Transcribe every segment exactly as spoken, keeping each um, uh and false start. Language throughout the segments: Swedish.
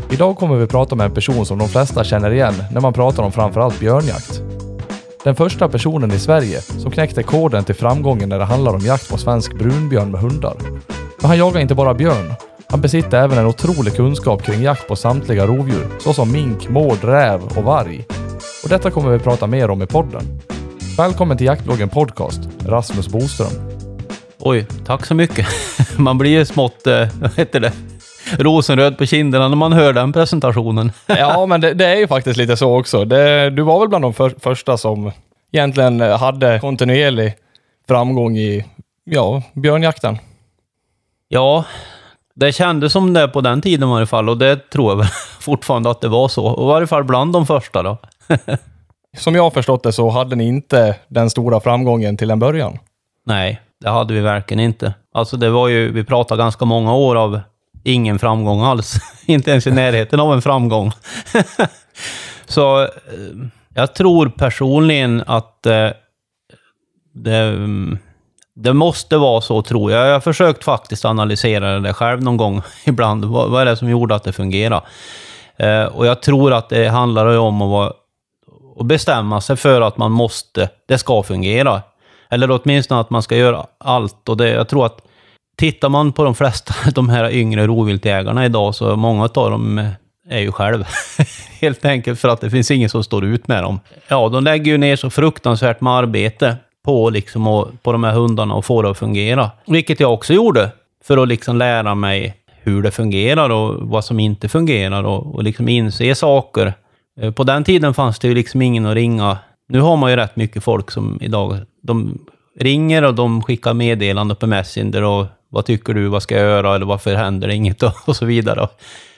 Idag kommer vi prata med en person som de flesta känner igen när man pratar om framförallt björnjakt. Den första personen i Sverige som knäckte koden till framgången när det handlar om jakt på svensk brunbjörn med hundar. Men han jagar inte bara björn. Han besitter även en otrolig kunskap kring jakt på samtliga rovdjur, såsom mink, mård, räv och varg. Och detta kommer vi prata mer om i podden. Välkommen till Jaktbloggen podcast, Rasmus Boström. Oj, tack så mycket. Man blir ju smått, äh, vad heter det, rosenröd på kinderna när man hör den presentationen. Ja, men det, det är ju faktiskt lite så också. Det, du var väl bland de för, första som egentligen hade kontinuerlig framgång i ja, björnjakten. Ja, det kändes som det på den tiden i alla fall, och det tror jag väl fortfarande att det var så. Och i varje fall bland de första då. Som jag har förstått det så hade ni inte den stora framgången till en början. Nej, det hade vi verkligen inte. Alltså det var ju, vi pratade ganska många år av ingen framgång alls. Inte ens i närheten av en framgång. Så eh, jag tror personligen att eh, det, det måste vara så, tror jag. Jag har försökt faktiskt analysera det själv någon gång ibland. Vad, vad är det som gjorde att det fungerar? Eh, och jag tror att det handlar om att, vara, att bestämma sig för att man måste, det ska fungera. Eller åtminstone att man ska göra allt. Och det, jag tror att tittar man på de flesta, de här yngre rovviltjägarna idag, så många av dem är ju själv. Helt enkelt för att det finns ingen som står ut med dem. Ja, de lägger ju ner så fruktansvärt med arbete på, liksom, och, på de här hundarna och få det att fungera. Vilket jag också gjorde för att liksom lära mig hur det fungerar och vad som inte fungerar och, och liksom inse saker. På den tiden fanns det ju liksom ingen att ringa. Nu har man ju rätt mycket folk som idag, de ringer och de skickar meddelande på Messenger och vad tycker du, vad ska jag göra eller varför händer det inget och, och så vidare.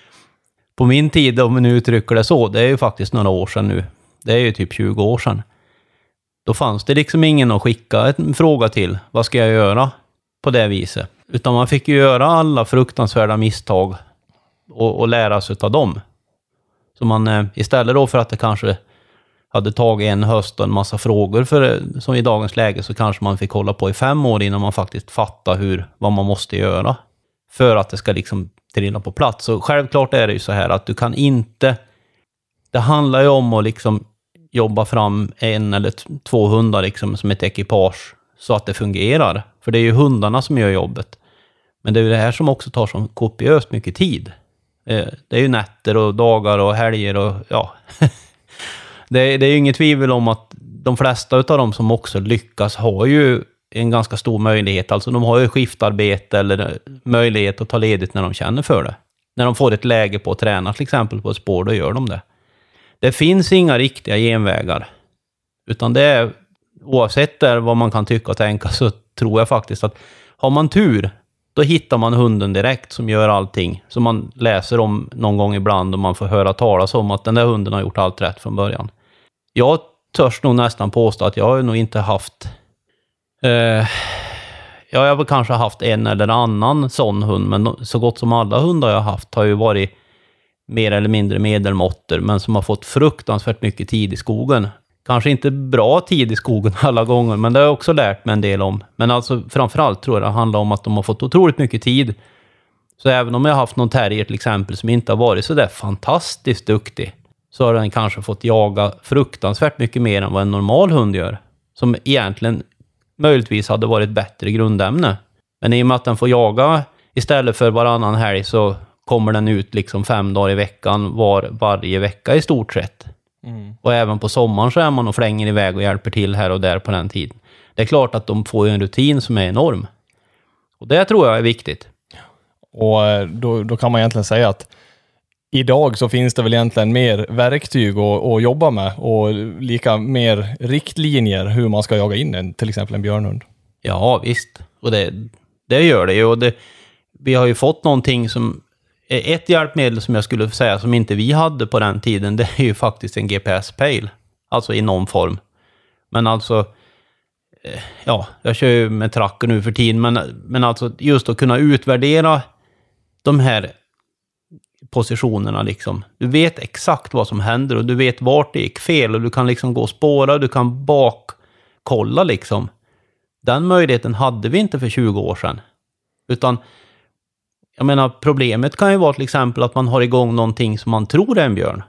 På min tid, om vi nu uttrycker det så, det är ju faktiskt några år sedan nu. Det är ju typ tjugo år sedan. Då fanns det liksom ingen att skicka en fråga till. Vad ska jag göra på det viset? Utan man fick ju göra alla fruktansvärda misstag och, och lära sig av dem. Så man istället då för att det kanske hade tagit en höst och en massa frågor för, som i dagens läge, så kanske man fick hålla på i fem år innan man faktiskt fattar hur, vad man måste göra för att det ska liksom trilla på plats. Så självklart är det ju så här att du kan inte, det handlar ju om att liksom jobba fram en eller t- två hundar liksom som ett ekipage så att det fungerar. För det är ju hundarna som gör jobbet. Men det är ju det här som också tar så kopiöst mycket tid. Det är ju nätter och dagar och helger och ja... Det, det är ju inget tvivel om att de flesta av dem som också lyckas har ju en ganska stor möjlighet. Alltså de har ju skiftarbete eller möjlighet att ta ledigt när de känner för det. När de får ett läge på att träna till exempel på ett spår, då gör de det. Det finns inga riktiga genvägar. Utan det är, oavsett där vad man kan tycka och tänka, så tror jag faktiskt att har man tur, då hittar man hunden direkt som gör allting. Som man läser om någon gång ibland och man får höra talas om att den där hunden har gjort allt rätt från början. Jag törs nog nästan påstå att jag har nog inte haft... Eh, ja, jag har väl kanske haft en eller annan sån hund, men så gott som alla hundar jag har haft har ju varit mer eller mindre medelmåtter, men som har fått fruktansvärt mycket tid i skogen. Kanske inte bra tid i skogen alla gånger, men det har jag också lärt mig en del om. Men alltså framförallt tror jag det handlar om att de har fått otroligt mycket tid. Så även om jag har haft någon terrier till exempel som inte har varit så där fantastiskt duktig, så har den kanske fått jaga fruktansvärt mycket mer än vad en normal hund gör. Som egentligen möjligtvis hade varit bättre grundämne. Men i och med att den får jaga istället för varannan helg, så kommer den ut liksom fem dagar i veckan var, varje vecka i stort sett. Mm. Och även på sommaren så är man och flänger iväg och hjälper till här och där på den tiden. Det är klart att de får en rutin som är enorm. Och det tror jag är viktigt. Och då, då kan man egentligen säga att idag så finns det väl egentligen mer verktyg att, att jobba med och lika mer riktlinjer hur man ska jaga in en, till exempel en björnhund. Ja, visst. Och det, det gör det ju. Och det, vi har ju fått någonting som... Ett hjälpmedel som jag skulle säga som inte vi hade på den tiden, det är ju faktiskt en G P S-pejl. Alltså i någon form. Men alltså... Ja, jag kör ju med tracker nu för tiden. Men, men alltså just att kunna utvärdera de här positionerna liksom. Du vet exakt vad som händer och du vet vart det gick fel och du kan liksom gå och spåra och du kan bakkolla liksom. Den möjligheten hade vi inte för tjugo år sedan. Utan Jag menar, problemet kan ju vara till exempel att man har igång någonting som man tror är en björn.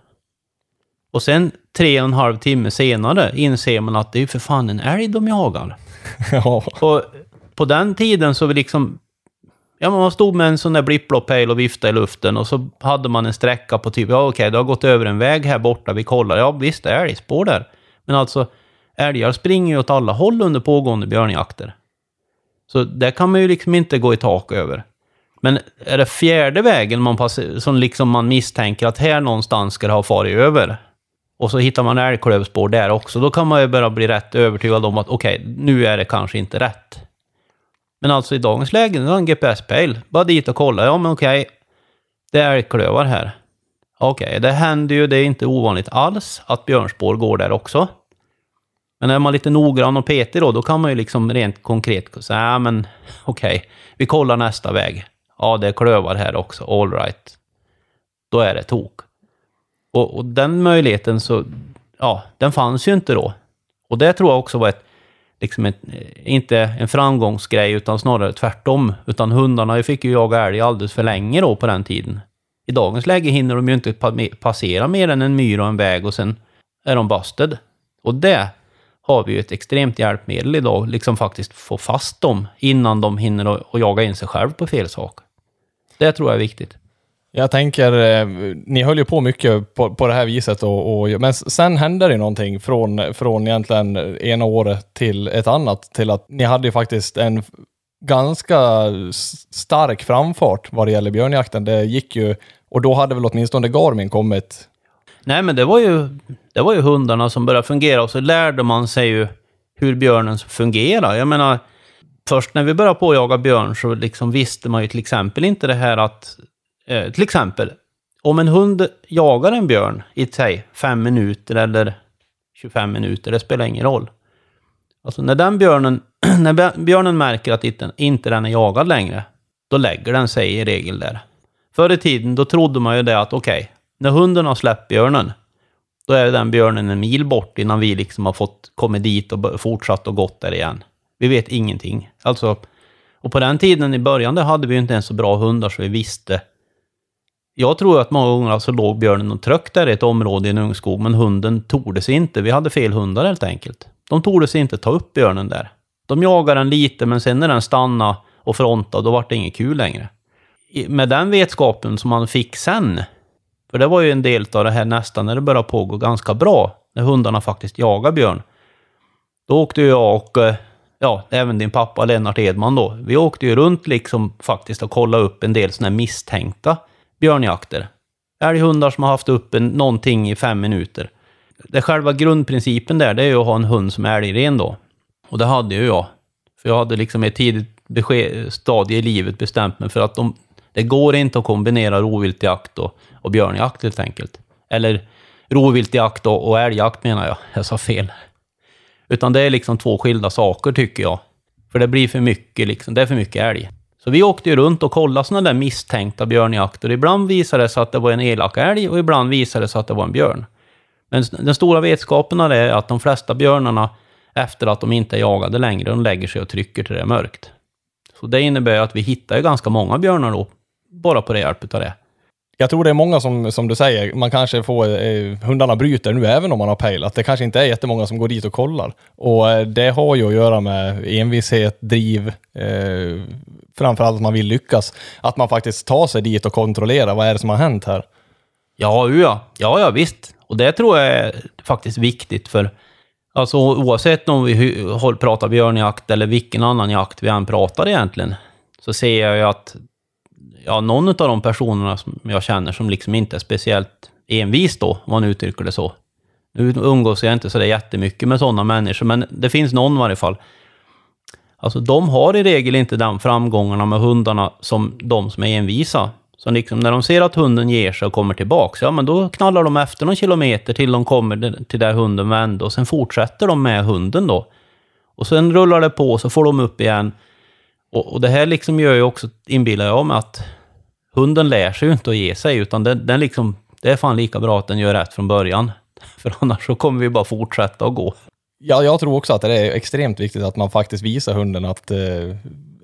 Och sen tre och en halv timme senare inser man att det är för fan en älg de jagar. Ja. Och på den tiden så vi liksom... Ja, man stod med en sån där blipplopp-pejl och vifta i luften och så hade man en sträcka på typ, ja okej, det har gått över en väg här borta, vi kollar, ja visst, det är älgspår där. Men alltså, älgar springer ju åt alla håll under pågående björnjakter. Så där kan man ju liksom inte gå i tak över. Men är det fjärde vägen man passer, som liksom man misstänker att här någonstans ska det ha farit över, och så hittar man älgklövspår där också, då kan man ju börja bli rätt övertygad om att okej, okay, nu är det kanske inte rätt. Men alltså i dagens läge, det är en G P S-pejl. Bara dit och kolla, ja men okej, okay, det är älgklövar här. Okej, okay, det händer ju, det är inte ovanligt alls att björnspår går där också. Men är man lite noggrann och petig då, då kan man ju liksom rent konkret säga, ja men okej, okay, vi kollar nästa väg. Ja, det är klövar här också, all right. Då är det tok. Och, och den möjligheten så, ja, den fanns ju inte då. Och det tror jag också var ett, liksom ett, inte en framgångsgrej utan snarare tvärtom. Utan hundarna fick ju jaga älg alldeles för länge då på den tiden. I dagens läge hinner de ju inte passera mer än en myr och en väg och sen är de busted. Och det har vi ju ett extremt hjälpmedel idag, liksom faktiskt få fast dem innan de hinner att jaga in sig själv på fel sak. Det tror jag är viktigt. Jag tänker, eh, ni höll ju på mycket på, på det här viset och, och, men sen hände det någonting från, från egentligen ena året till ett annat, till att ni hade ju faktiskt en ganska stark framfart vad det gäller björnjakten. Det gick ju, och då hade väl åtminstone Garmin kommit. Nej, men det var ju, det var ju hundarna som började fungera och så lärde man sig ju hur björnen fungerar. Jag menar, först när vi började på att jaga björn så liksom visste man ju till exempel inte det här att eh, till exempel, om en hund jagar en björn i sig fem minuter eller tjugofem minuter, det spelar ingen roll. Alltså när den björnen, när björnen märker att inte, inte den är jagad längre, då lägger den sig i regel där. Förr i tiden då trodde man ju det att okej, okay, när hunden har släppt björnen, då är den björnen en mil bort innan vi liksom har fått kommit dit och fortsatt och gått där igen. Vi vet ingenting. Alltså, och på den tiden i början där hade vi ju inte ens så bra hundar så vi visste. Jag tror att många gånger så låg björnen och tryckte där i ett område i en ungskog, men hunden torde sig inte. Vi hade fel hundar helt enkelt. De torde sig inte ta upp björnen där. De jagar den lite, men sen när den stannade och frontade, då var det inget kul längre. Med den vetskapen som man fick sen, för det var ju en del av det här nästan när det började pågå ganska bra, när hundarna faktiskt jagar björn. Då åkte jag och, ja, även din pappa Lennart Edman då, vi åkte ju runt liksom faktiskt och kollade upp en del såna här misstänkta björnjakter. Älghundar som har haft upp en, någonting i fem minuter. Det själva grundprincipen där, det är ju att ha en hund som är älgren då. Och det hade ju jag. För jag hade liksom ett tidigt besked, stadie i livet bestämt mig för att de, det går inte att kombinera rovviltjakt och, och björnjakt helt enkelt. Eller rovviltjakt och, och älgjakt menar jag. Jag sa fel. Utan det är liksom två skilda saker tycker jag. För det blir för mycket liksom, det är för mycket älg. Så vi åkte ju runt och kollade sådana där misstänkta björnjakter. Ibland visade det sig att det var en elak älg och ibland visade det sig att det var en björn. Men den stora vetskapen är att de flesta björnarna efter att de inte är jagade längre, de lägger sig och trycker till det är mörkt. Så det innebär att vi hittar ju ganska många björnar då, bara på det hjälpet av det. Jag tror det är många som, som du säger, man kanske får, eh, hundarna bryter nu även om man har pejl. Att det kanske inte är jättemånga som går dit och kollar. Och eh, det har ju att göra med envishet, driv, eh, framförallt att man vill lyckas. Att man faktiskt tar sig dit och kontrollerar vad är det som har hänt här. Ja, ja, ja, ja visst. Och det tror jag är faktiskt viktigt för, alltså oavsett om vi håller, pratar björnjakt eller vilken annan jakt vi än pratar egentligen, så ser jag ju att ja, någon av de personerna som jag känner som liksom inte är speciellt envis då, om man uttrycker det så. Nu umgås jag inte så där jättemycket med sådana människor, men det finns någon i varje fall. Alltså de har i regel inte den framgångarna med hundarna som de som är envisa. Så liksom när de ser att hunden ger sig och kommer tillbaka, ja men då knallar de efter någon kilometer till de kommer till där hunden vänder och sen fortsätter de med hunden då. Och sen rullar det på så får de upp igen. Och, och det här liksom gör ju också, inbillar jag om, att hunden lär sig ju inte att ge sig, utan den, den liksom, det är fan lika bra att den gör rätt från början. För annars så kommer vi bara fortsätta att gå. Ja, jag tror också att det är extremt viktigt att man faktiskt visar hunden att, eh,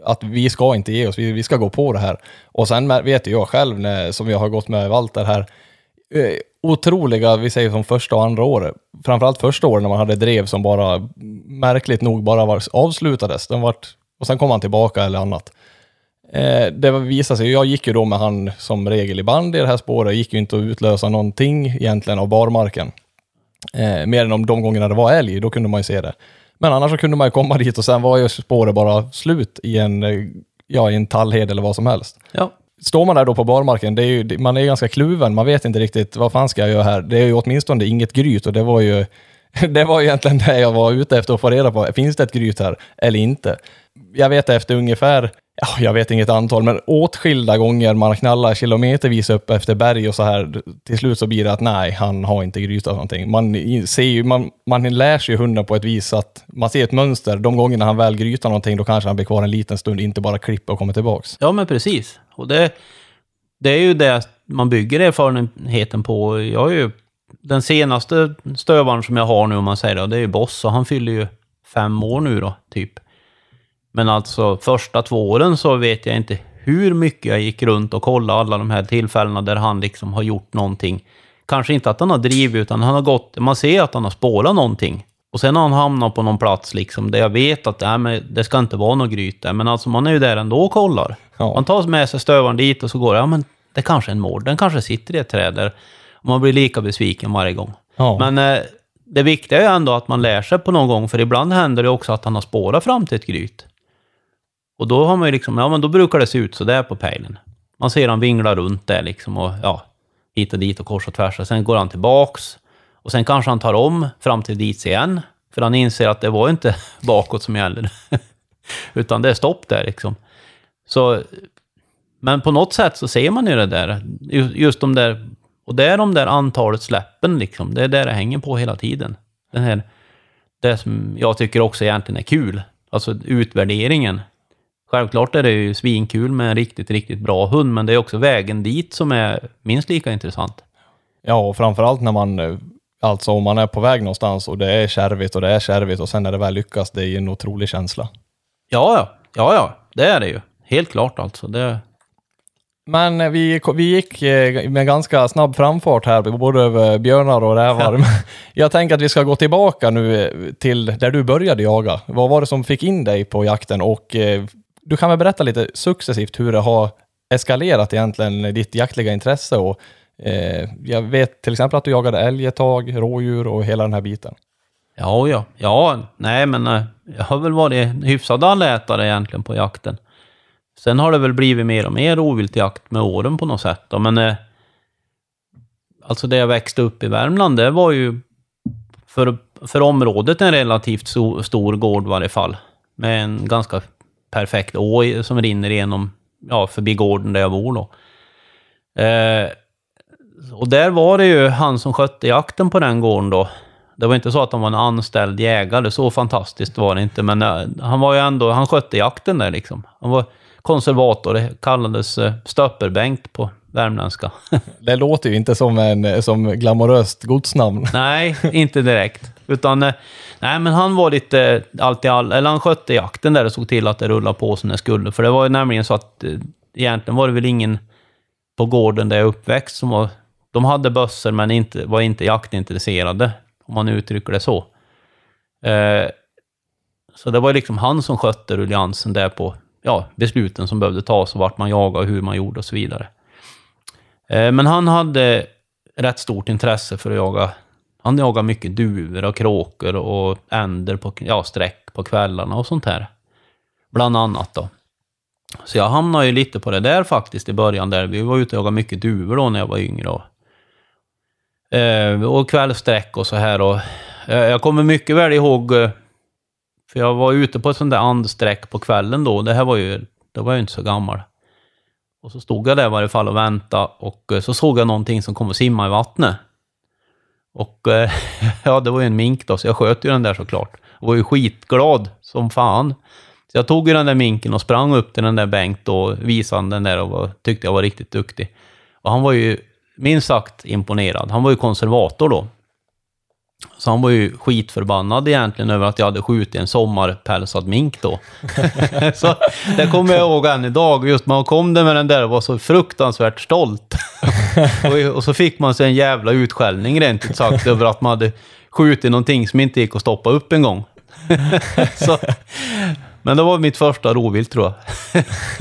att vi ska inte ge oss, vi, vi ska gå på det här. Och sen vet jag själv, när, som jag har gått med Walter här, eh, otroliga, vi säger som första och andra året, framförallt första året när man hade drev som bara, märkligt nog, bara var, avslutades. Den vart, och sen kom han tillbaka eller annat. Eh, det visade sig, jag gick ju då med han som regel i band i det här spåret, gick ju inte att utlösa någonting egentligen av barmarken. Eh, mer än om de gångerna det var älg, då kunde man ju se det. Men annars så kunde man ju komma dit och sen var ju spåret bara slut i en, ja, i en tallhed eller vad som helst. Ja. Står man där då på barmarken, det är ju, man är ganska kluven, man vet inte riktigt vad fan ska jag göra här. Det är ju åtminstone inget gryt och det var ju det var egentligen det jag var ute efter att få reda på. Finns det ett gryt här eller inte? Jag vet efter ungefär, ja, jag vet inget antal, men åtskilda gånger man knallar kilometervis upp efter berg och så här, till slut så blir det att nej, han har inte grytat någonting. Man ser ju, man, man lär sig ju hunden på ett vis att man ser ett mönster. De gångerna han väl grytar någonting, då kanske han blir kvar en liten stund, inte bara klipper och kommer tillbaks. Ja, men precis. Och det, det är ju det man bygger erfarenheten på. Jag har ju den senaste stövaren som jag har nu, om man säger det, det är ju Boss, och han fyller ju fem år nu då, typ. Men alltså första två åren så vet jag inte hur mycket jag gick runt och kollade alla de här tillfällena där han liksom har gjort någonting. Kanske inte att han har drivit, utan han har gått, man ser att han har spårat någonting. Och sen har han hamnat på någon plats liksom där jag vet att äh, men det ska inte vara något gryt där. Men alltså man är ju där ändå och kollar. Ja. Man tar med sig stövaren dit och så går det, ja men det kanske är en mård, den kanske sitter i ett träd där. Och man blir lika besviken varje gång. Ja. Men eh, det viktiga är ju ändå att man lär sig på någon gång, för ibland händer det också att han har spårat fram till ett gryt. Och då har man ju liksom, ja men då brukar det se ut så där på pejlen. Man ser han vingla runt där liksom och ja, hit och dit och kors och tvärs. Sen går han tillbaks och sen kanske han tar om fram till dit igen. För han inser att det var inte bakåt som gäller. Utan det är stopp där liksom. Så, men på något sätt så ser man ju det där. Just de där, och det är de där antalet släppen liksom. Det är där det hänger på hela tiden. Den här, det som jag tycker också egentligen är kul. Alltså utvärderingen. Självklart är det ju svinkul med en riktigt, riktigt bra hund, men det är också vägen dit som är minst lika intressant. Ja, och framförallt när man, alltså om man är på väg någonstans och det är kärvigt och det är kärvigt och sen när det väl lyckas, det är en otrolig känsla. Ja, ja, ja, ja, det är det ju. Helt klart alltså. Det... Men vi, vi gick med ganska snabb framfart här, både över björnar och rävar. Ja. Jag tänker att vi ska gå tillbaka nu till där du började jaga. Vad var det som fick in dig på jakten? Och du kan väl berätta lite successivt hur det har eskalerat egentligen ditt jaktliga intresse. Och, eh, jag vet till exempel att du jagade älg ett tag, rådjur och hela den här biten. Ja, ja. Ja, nej men äh, jag har väl varit hyfsad allätare egentligen på jakten. Sen har det väl blivit mer och mer rovviltjakt med åren på något sätt. Då. Men eh, alltså det jag växte upp i Värmland, det var ju för, för området en relativt so, stor gård i varje fall. Med en ganska perfekt å som rinner igenom, ja, förbi gården där jag bor då. Eh, och där var det ju han som skötte jakten på den gården då. Det var inte så att han var en anställd jägare, så fantastiskt var det inte. Men eh, han var ju ändå, han skötte jakten där liksom. Han var konservator, det kallades uh, stöpperbänkt på värmländska. Det låter ju inte som en som glamoröst godsnamn. Nej, inte direkt. Utan, uh, nej men han var lite uh, allt i all, eller han skötte jakten där och såg till att det rullade på som det skulle. För det var ju nämligen så att uh, egentligen var det väl ingen på gården där jag uppväxt som var, de hade bössor men inte, var inte jaktintresserade, om man uttrycker det så. Uh, så det var liksom han som skötte rulliansen där på, ja, besluten som behövde tas och vart man jagade och hur man gjorde och så vidare. Eh, men han hade rätt stort intresse för att jaga. Han jagade mycket duvor och kråkor och änder på, ja, sträck på kvällarna och sånt här. Bland annat då. Så jag hamnade ju lite på det där faktiskt i början där. Vi var ute och jagade mycket duvor då när jag var yngre. Och, eh, och kvällsträck och så här. Och, eh, jag kommer mycket väl ihåg... Eh, För jag var ute på ett sånt där andsträck på kvällen då. Det här var ju, det var ju inte så gammal. Och så stod jag där i varje fall och väntade. Och så såg jag någonting som kom och simma i vattnet. Och ja, det var ju en mink då. Så jag sköt ju den där såklart. Och var ju skitglad som fan. Så jag tog ju den där minken och sprang upp till den där Bengt och visade den där och var, tyckte jag var riktigt duktig. Och han var ju minst sagt imponerad. Han var ju konservator då. Så han var ju skitförbannad egentligen över att jag hade skjutit en sommarpälsad mink då. Så det kommer jag ihåg än idag. Just man kom där med den där och var så fruktansvärt stolt. och, och så fick man sig en jävla utskällning rent ut sagt över att man hade skjutit någonting som inte gick att stoppa upp en gång. Så, men det var mitt första rovvilt tror jag.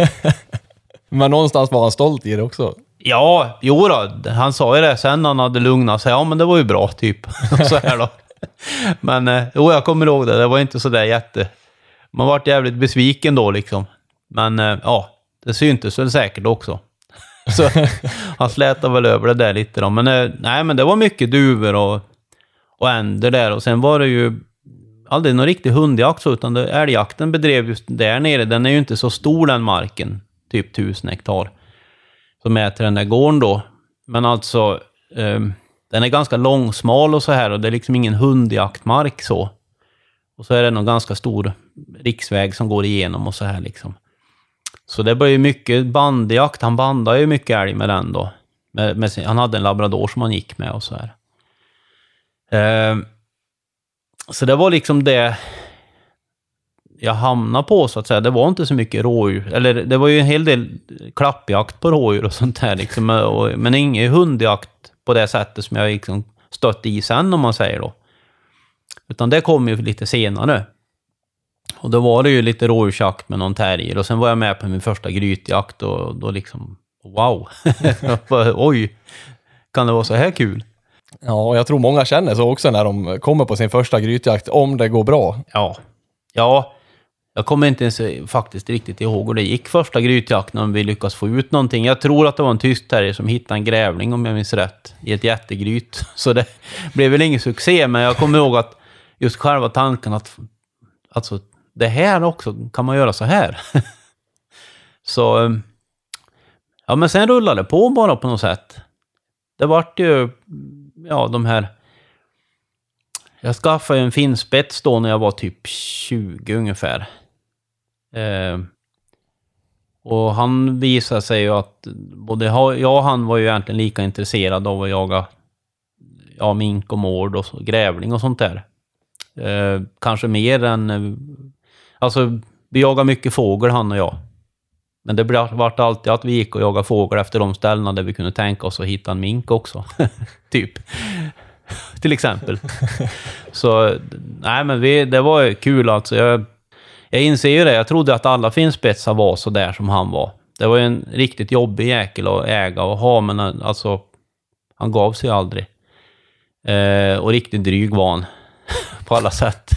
Men någonstans var han stolt i det också. Ja, jo då. Han sa ju det sen när han hade lugnat sig. Ja, men det var ju bra typ. Så här då. Men eh, jo, jag kommer ihåg det. Det var inte så där jätte... Man var jävligt besviken då liksom. Men eh, ja, det syntes väl säkert också. Så han slätade väl över det där lite då. Men eh, nej, men det var mycket duvor och, och änder där. Och sen var det ju aldrig någon riktig hundjakt så, utan det, älgjakten bedrev just där nere. Den är ju inte så stor den marken. Typ tusen hektar. Som är till den där gården då. Men alltså, eh, den är ganska långsmal och så här. Och det är liksom ingen hundjaktmark så. Och så är det någon ganska stor riksväg som går igenom och så här liksom. Så det blir ju mycket bandjakt. Han bandade ju mycket älg med den då. Med, med sin, han hade en labrador som han gick med och så här. Eh, så det var liksom det jag hamnade på så att säga. Det var inte så mycket rådjur. Eller det var ju en hel del klappjakt på rådjur och sånt där liksom. Och, men ingen hundjakt på det sättet som jag liksom stött i sen om man säger då. Utan det kom ju lite senare. Och då var det ju lite rådjursjakt med någon terrier. Och sen var jag med på min första grytjakt och då liksom, wow. Oj, kan det vara så här kul? Ja, och jag tror många känner så också när de kommer på sin första grytjakt, om det går bra. Ja, ja. Jag kommer inte ens faktiskt riktigt ihåg hur det gick första grytjakten om vi lyckas få ut någonting. Jag tror att det var en tysk terrier som hittade en grävling om jag minns rätt i ett jättegryt. Så det blev väl ingen succé, men jag kommer ihåg att just själva tanken att alltså det här också kan man göra så här. Så ja, men sen rullade det på bara på något sätt. Det vart ju ja, de här jag skaffade en finspets då när jag var typ tjugo ungefär. Eh, och han visade sig ju att både jag och han var ju egentligen lika intresserad av att jaga ja, mink och mård och så, grävling och sånt där. Eh, kanske mer än alltså vi jagar mycket fågel han och jag. Men det vart alltid att vi gick och jagade fågel efter de ställena där vi kunde tänka oss att hitta en mink också. Typ. Till exempel. Så nej, men vi, det var kul alltså. Jag, jag inser ju det. Jag trodde att alla finspetsar var så där som han var. Det var ju en riktigt jobbig jäkel att äga och ha, men alltså han gav sig aldrig. Eh, och riktigt dryg var han på alla sätt.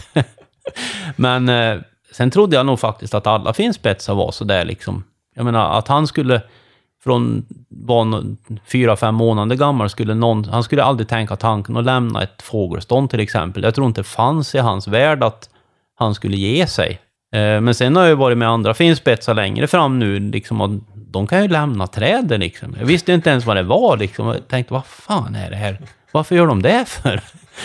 Men eh, sen trodde jag nog faktiskt att alla finspetsar var så där liksom. Jag menar att han skulle från var fyra, fem månader gammal skulle någon, han skulle aldrig tänka tanken att lämna ett fågelstånd till exempel. Jag tror inte det fanns i hans värld att han skulle ge sig. Eh, men sen har jag varit med andra finspetsar längre fram nu liksom, och de kan ju lämna träden liksom. Jag visste inte ens vad det var liksom. Jag tänkte, vad fan är det här? Varför gör de det för?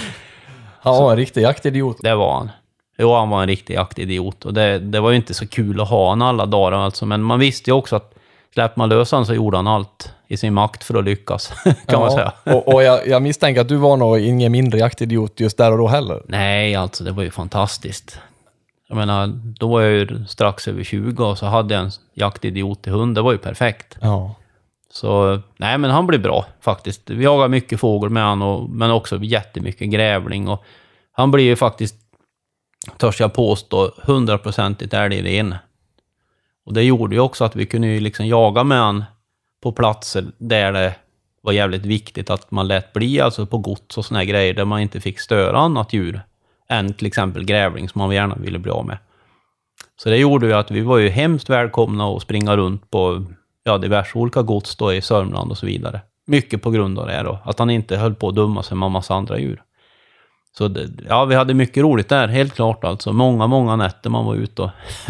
Ja, så, en riktig jaktidiot. Det var han. Jo, han var en riktig jaktidiot. Och det, det var ju inte så kul att ha han alla dagar alltså. Men man visste ju också att släppte man lösa han så gjorde han allt i sin makt för att lyckas, kan ja, man säga. Och, och jag, jag misstänker att du var nog ingen mindre jaktidiot just där och då heller. Nej, alltså det var ju fantastiskt. Jag menar, då var jag ju strax över tjugo och så hade jag en jaktidiot i hund. Det var ju perfekt. Ja. Så, nej men han blev bra faktiskt. Vi jagar mycket fågel med han, och, men också jättemycket grävling. Och han blir ju faktiskt, törs jag påstå, hundraprocentigt älgren. Och det gjorde ju också att vi kunde ju liksom jaga med han på platser där det var jävligt viktigt att man lät bli, alltså på gods och såna här grejer där man inte fick störa annat djur än till exempel grävling som man gärna ville bli av med. Så det gjorde ju att vi var ju hemskt välkomna att springa runt på ja, diverse olika gods då i Sörmland och så vidare. Mycket på grund av det då, att han inte höll på att dumma sig med en massa andra djur. Så det, ja, vi hade mycket roligt där, helt klart alltså. Många, många nätter man var ute och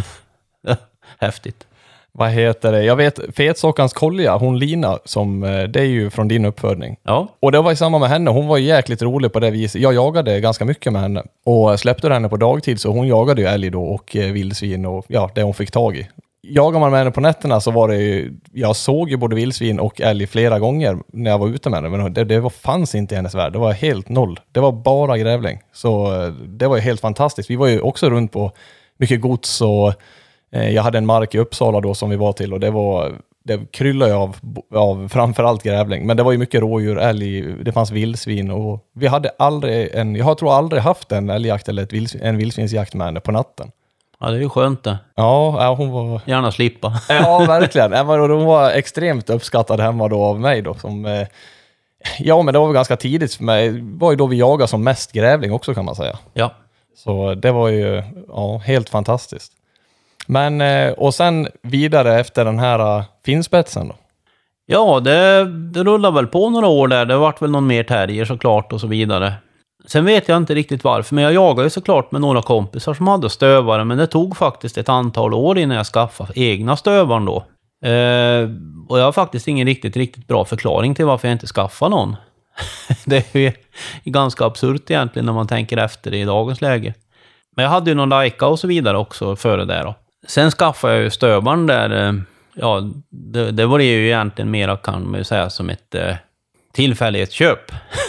häftigt. Vad heter det? Jag vet, Fetsockans kolja, hon Lina, som, det är ju från din uppfödning. Ja. Och det var ju samma med henne, hon var ju jäkligt rolig på det viset. Jag jagade ganska mycket med henne. Och släppte henne på dagtid så hon jagade ju älg då och vildsvin och ja, det hon fick tag i. jagar man med henne på nätterna så var det ju, jag såg ju både vildsvin och älg flera gånger när jag var ute med henne, men det, det var, fanns inte i hennes värld. Det var helt noll. Det var bara grävling. Så det var ju helt fantastiskt. Vi var ju också runt på mycket gods och eh, jag hade en mark i Uppsala då som vi var till och det var, det kryllade ju av, av framförallt grävling. Men det var ju mycket rådjur, älg, det fanns vildsvin och vi hade aldrig en, jag tror aldrig haft en älgjakt eller ett vildsvin, en vildsvinsjakt med henne på natten. Ja, det är ju skönt det. Ja, ja hon var... Gärna slippa. Ja, verkligen. Hon var extremt uppskattad hemma då av mig då. Som, eh... Ja, men det var ganska tidigt för mig. Det var ju då vi jagade som mest grävling också kan man säga. Ja. Så det var ju ja, helt fantastiskt. Men, eh... och sen vidare efter den här uh, finspetsen då? Ja, det, det rullade väl på några år där. Det vart väl någon mer terrier såklart och så vidare. Sen vet jag inte riktigt varför, men jag jagade ju såklart med några kompisar som hade stövare, men det tog faktiskt ett antal år innan jag skaffade egna stövaren då. Eh, och jag har faktiskt ingen riktigt, riktigt bra förklaring till varför jag inte skaffade någon. Det är ju ganska absurt egentligen när man tänker efter det i dagens läge. Men jag hade ju någon Leica och så vidare också före det då. Sen skaffade jag ju stövaren där, eh, ja, det, det var det ju egentligen mera kan man ju säga som ett eh, tillfällighetsköp.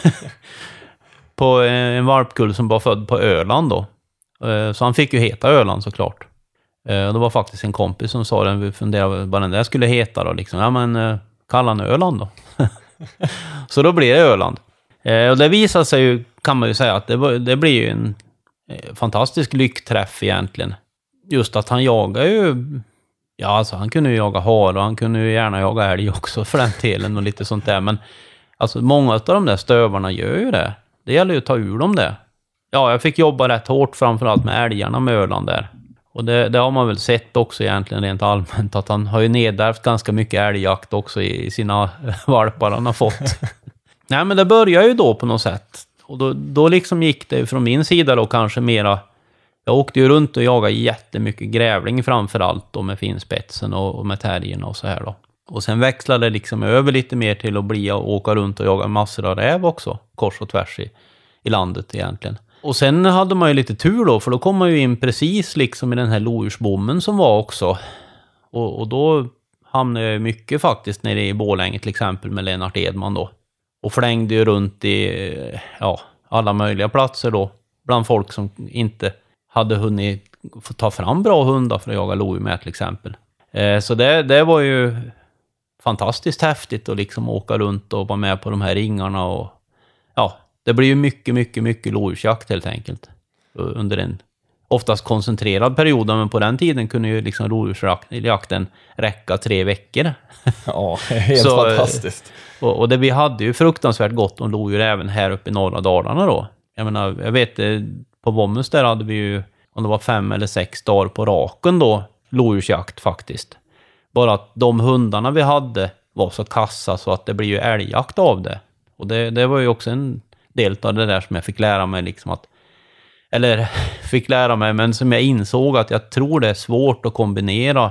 På en valpkull som var född på Öland då. Så han fick ju heta Öland såklart. Det var faktiskt en kompis som sa den, vi funderade vad den där skulle heta då. Liksom. Ja men kalla han Öland då. Så då blir det Öland. Och det visar sig ju, kan man ju säga, att det, var, det blir ju en fantastisk lyckträff egentligen. Just att han jagar ju, ja alltså han kunde ju jaga har och han kunde ju gärna jaga älg också för den delen och lite sånt där. Men alltså många av de där stövarna gör ju det. Det gäller ju att ta ur dem det. Ja, jag fick jobba rätt hårt framförallt med älgarna med Öland där. Och det, det har man väl sett också egentligen rent allmänt. Att han har ju nedärvt ganska mycket älgjakt också i, i sina valpar han har fått. Nej, men det började ju då på något sätt. Och då, då liksom gick det från min sida då kanske mera... Jag åkte ju runt och jagade jättemycket grävling framförallt då med finspetsen och, och med terrierna och så här då. Och sen växlade det liksom över lite mer till att bli att åka runt och jaga massor av räv också. Kors och tvärs i, i landet egentligen. Och sen hade man ju lite tur då. För då kom man ju in precis liksom i den här lodjursbommen som var också. Och, och då hamnade jag mycket faktiskt nere i Borlänge till exempel med Lennart Edman då. Och flängde ju runt i ja, alla möjliga platser då. Bland folk som inte hade hunnit få ta fram bra hundar för att jaga lodjur med till exempel. Eh, så det, det var ju... fantastiskt häftigt att liksom åka runt och vara med på de här ringarna och ja, det blir ju mycket, mycket, mycket lodjursjakt helt enkelt under en oftast koncentrerad period, men på den tiden kunde ju liksom lodjursjakten räcka tre veckor. Ja, helt Så, fantastiskt. Och, och det, vi hade ju fruktansvärt gott om lodjur även här uppe i norra Dalarna då. Jag menar, jag vet på Vommus där hade vi ju, om det var fem eller sex dagar på raken då, lodjursjakt faktiskt. Bara att de hundarna vi hade var så kassa så att det blir ju älgjakt av det. Och det, det var ju också en del av det där som jag fick lära mig liksom att... Eller fick lära mig, men som jag insåg att jag tror det är svårt att kombinera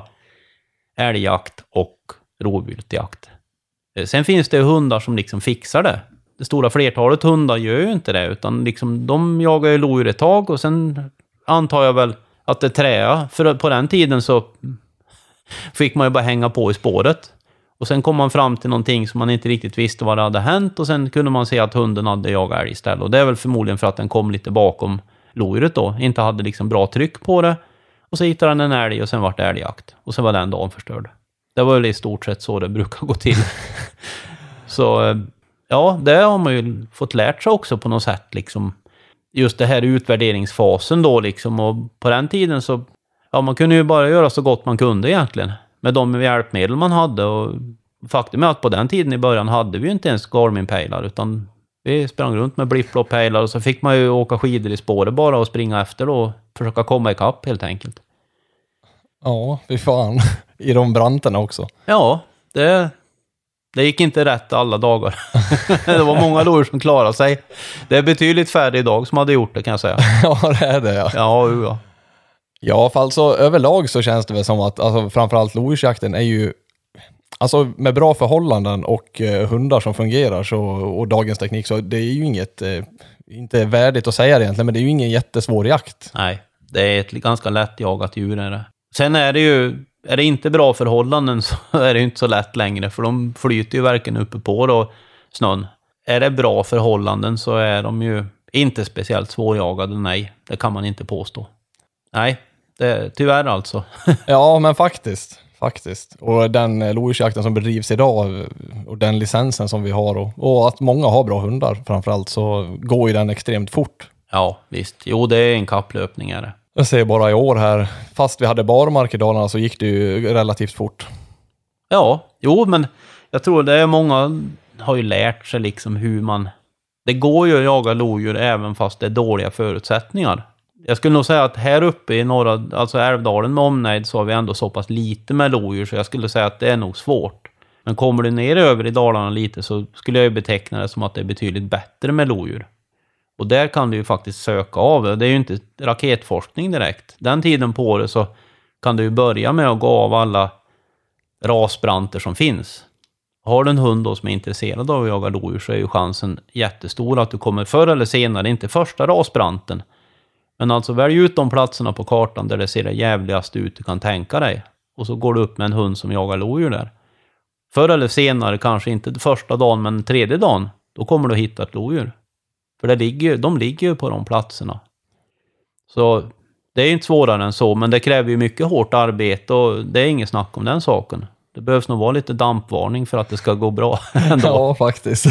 älgjakt och rovviltjakt. Sen finns det hundar som liksom fixar det. Det stora flertalet hundar gör ju inte det, utan liksom de jagar ju lodjur ett tag och sen antar jag väl att det träa. För på den tiden så... fick man ju bara hänga på i spåret. Och sen kom man fram till någonting som man inte riktigt visste vad det hade hänt. Och sen kunde man se att hunden hade jagat älg istället. Och det är väl förmodligen för att den kom lite bakom lodjuret då. Inte hade liksom bra tryck på det. Och så hittade den en älg och sen var det älgjakt. Och sen var den dagen förstörd. Det var väl i stort sett så det brukar gå till. Så ja, det har man ju fått lärt sig också på något sätt. Liksom. Just det här utvärderingsfasen då liksom. Och på den tiden så... Ja, man kunde ju bara göra så gott man kunde egentligen. Med de hjälpmedel man hade. Och faktum är att på den tiden i början hade vi ju inte ens Garmin-pejlar. Utan vi sprang runt med blipp-blopp-pejlar. Och så fick man ju åka skidor i spåret bara och springa efter och försöka komma ikapp helt enkelt. Ja, fy fan. I de branterna också. Ja, det, det gick inte rätt alla dagar. Det var många lodjur som klarade sig. Det är betydligt färre idag som hade gjort det kan jag säga. Ja, det är det ja. Ja, ja. Ja, för alltså överlag så känns det väl som att alltså, framförallt lodjursjakten är ju alltså med bra förhållanden och eh, hundar som fungerar så, och dagens teknik så det är ju inget eh, inte värdigt att säga det egentligen, men det är ju ingen jättesvår jakt. Nej, det är ett ganska lätt jagat djur är det. Sen är det ju är det inte bra förhållanden så är det inte så lätt längre, för de flyter ju verkligen uppe på då, snön. Är det bra förhållanden så är de ju inte speciellt svårjagade, nej. Det kan man inte påstå. Nej, det, tyvärr alltså. Ja, men faktiskt. Faktiskt. Och den lodjursjakten som bedrivs idag och den licensen som vi har och, och att många har bra hundar framförallt, så går ju den extremt fort. Ja, visst. Jo, det är en kapplöpning är det. Jag ser bara i år här, fast vi hade barmark i Dalarna så gick det ju relativt fort. Ja, jo, men jag tror det är många har ju lärt sig liksom hur man... Det går ju att jaga lodjur även fast det är dåliga förutsättningar. Jag skulle nog säga att här uppe i norra, alltså Älvdalen med omnejd, så har vi ändå så pass lite med lodjur, så jag skulle säga att det är nog svårt. Men kommer du ner över i Dalarna lite så skulle jag ju beteckna det som att det är betydligt bättre med lodjur. Och där kan du ju faktiskt söka av. Det är ju inte raketforskning direkt. Den tiden på året så kan du ju börja med att gå av alla rasbranter som finns. Har du en hund då som är intresserad av att jaga lodjur så är ju chansen jättestor att du kommer förr eller senare, inte första rasbranten. Men alltså välj ut de platserna på kartan där det ser det jävligaste ut du kan tänka dig. Och så går du upp med en hund som jagar lodjur där. Förr eller senare, kanske inte första dagen men tredje dagen, då kommer du hitta ett lodjur. För det ligger, de ligger ju på de platserna. Så det är inte svårare än så, men det kräver ju mycket hårt arbete och det är inget snack om den saken. Det behövs nog vara lite dampvarning för att det ska gå bra ändå. Ja, faktiskt.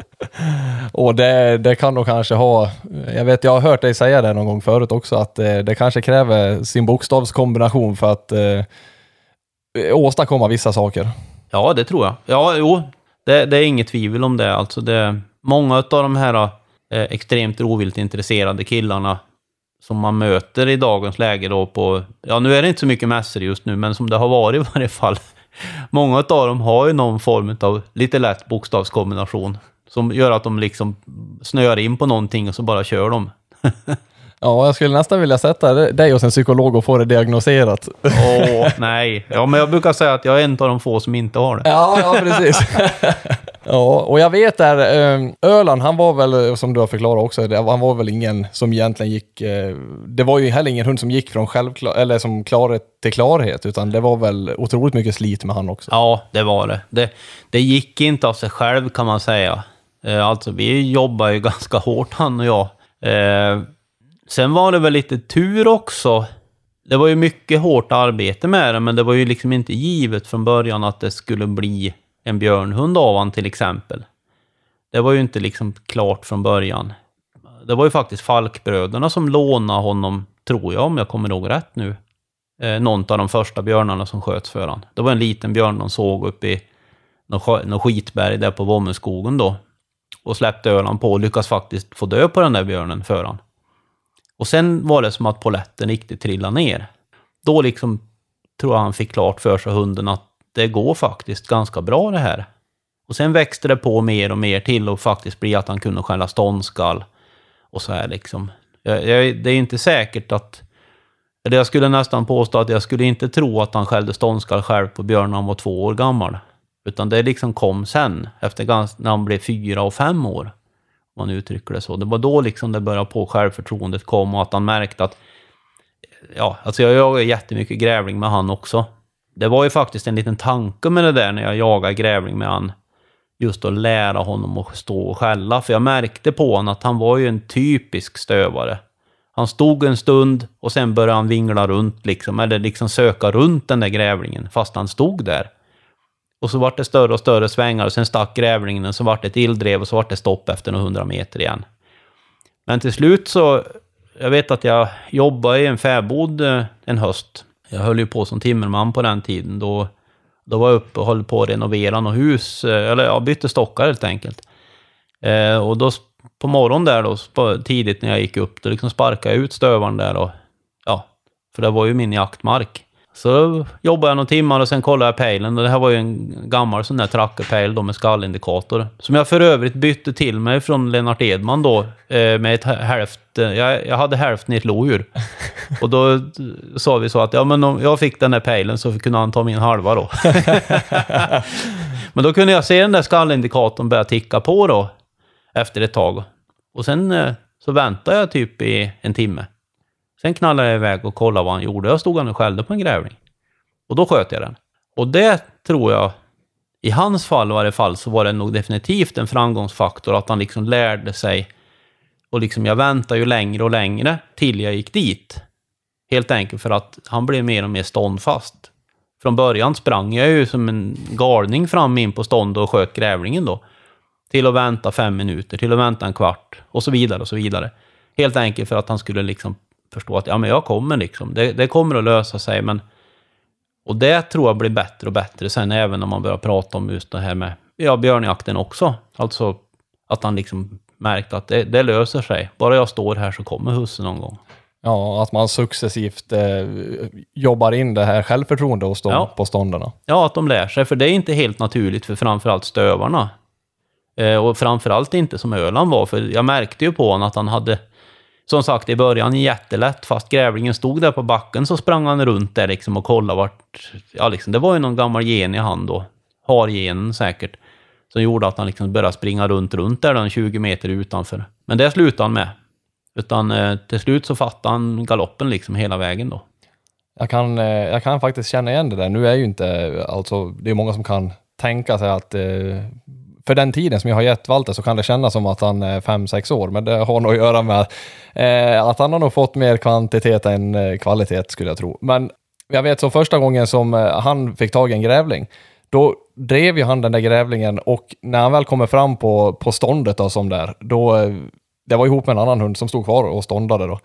Och det, det kan nog kanske ha, jag vet, jag har hört dig säga det någon gång förut också, att det, det kanske kräver sin bokstavskombination för att eh, åstadkomma vissa saker. Ja, det tror jag. Ja, jo, det, det är inget tvivel om det. Alltså det, många av de här eh, extremt rovvilt intresserade killarna som man möter i dagens läge då på, ja nu är det inte så mycket mässor just nu, men som det har varit i varje fall. Många av dem har ju någon form av lite lätt bokstavskombination som gör att de liksom snöar in på någonting och så bara kör de. Ja, jag skulle nästan vilja sätta dig hos en psykolog och få det diagnoserat. Åh, nej. Ja, men jag brukar säga att jag är en av de få som inte har det. Ja, ja, precis. Ja, och jag vet där, Öland, han var väl, som du har förklarat också, han var väl ingen som egentligen gick, det var ju heller ingen hund som gick från självklar, eller som klarhet till klarhet, utan det var väl otroligt mycket slit med han också. Ja, det var det. Det, det gick inte av sig själv kan man säga. Alltså, vi jobbar ju ganska hårt, han och jag. Sen var det väl lite tur också. Det var ju mycket hårt arbete med det, men det var ju liksom inte givet från början att det skulle bli en björnhund av han till exempel. Det var ju inte liksom klart från början. Det var ju faktiskt Falkbröderna som lånade honom, tror jag om jag kommer ihåg rätt nu. Eh, någon av de första björnarna som sköts för han. Det var en liten björn de såg uppe i något skitberg där på Vommenskogen då. Och släppte Öland på och lyckas faktiskt få dö på den där björnen för han. Och sen var det som att poletten riktigt trillade ner. Då liksom tror jag han fick klart för sig hunden att det går faktiskt ganska bra det här. Och sen växte det på mer och mer till och faktiskt bli att han kunde skälla ståndskall. Och så här liksom. Jag, jag, det är inte säkert att... Eller jag skulle nästan påstå att jag skulle inte tro att han skällde ståndskall själv på björn när han var två år gammal. Utan det liksom kom sen. Efter ganska, när han blev fyra och fem år. Om man uttrycker det så. Det var då liksom det började på självförtroendet kom och att han märkte att... Ja, alltså jag jagar jättemycket grävling med han också. Det var ju faktiskt en liten tanke med det där när jag jagade grävling med han. Just att lära honom att stå och skälla. För jag märkte på honom att han var ju en typisk stövare. Han stod en stund och sen började han vingla runt liksom. Eller liksom söka runt den där grävlingen fast han stod där. Och så var det större och större svängar och sen stack grävlingen och så var det ett illdrev och så var det stopp efter några hundra meter igen. Men till slut så, jag vet att jag jobbade i en fäbod en höst. Jag höll ju på som timmerman på den tiden. Då, då var jag uppe och höll på att renovera något hus. Eller jag bytte stockar helt enkelt. Eh, och då på morgonen där då, tidigt när jag gick upp, då liksom sparkade jag ut stövaren där. Och, ja, för det var ju min jaktmark. Så jobbade jag några timmar och sen kollade jag pejlen. Och det här var ju en gammal sån där trackerpejl då med skallindikator. Som jag för övrigt bytte till mig från Lennart Edman då. Eh, med ett hälft. Jag, jag hade hälften i ett lodjur. Och då sa vi så att ja, men om jag fick den där pejlen så kunde han ta min halva då. Men då kunde jag se den där skallindikatorn börja ticka på då. Efter ett tag. Och sen eh, så väntade jag typ i en timme. Sen knallade jag iväg och kollade vad han gjorde. Jag stod han och skällde på en grävling. Och då sköt jag den. Och det tror jag, i hans fall i varje fall, så var det nog definitivt en framgångsfaktor att han liksom lärde sig. Och liksom jag väntade ju längre och längre till jag gick dit. Helt enkelt för att han blev mer och mer ståndfast. Från början sprang jag ju som en galning fram in på stånd och sköt grävlingen då. Till att vänta fem minuter, till att vänta en kvart och så vidare och så vidare. Helt enkelt för att han skulle liksom förstå att ja, men jag kommer liksom. Det, det kommer att lösa sig. Men, och det tror jag blir bättre och bättre sen även när man börjar prata om just det här med ja, björnjakten också. Alltså att han liksom märkte att det, det löser sig. Bara jag står här så kommer hussen någon gång. Ja, att man successivt eh, jobbar in det här självförtroende och stå ja. på stånderna. Ja, att de lär sig. För det är inte helt naturligt för framförallt stövarna. Eh, och framförallt inte som Öland var. För jag märkte ju på honom att han hade, som sagt i början jättelätt. Fast grävlingen stod där på backen så sprang han runt där liksom och kollade vart. Ja, liksom, det var ju någon gammal gen i hand då. Har genen säkert. Som gjorde att han liksom började springa runt runt där den tjugo meter utanför. Men det slutade han med. Utan eh, till slut så fattade han galoppen liksom hela vägen då. Jag kan, eh, jag kan faktiskt känna igen det där. Nu är ju inte, alltså det är många som kan tänka sig att eh, för den tiden som jag har gett Walter så kan det kännas som att han är fem sex år. Men det har nog att göra med eh, att han har nog fått mer kvantitet än eh, kvalitet skulle jag tro. Men jag vet så första gången som eh, han fick tag i en grävling, då drev ju han den där grävlingen och när han väl kommer fram på, på ståndet då, som där, då, det var ihop med en annan hund som stod kvar och ståndade då.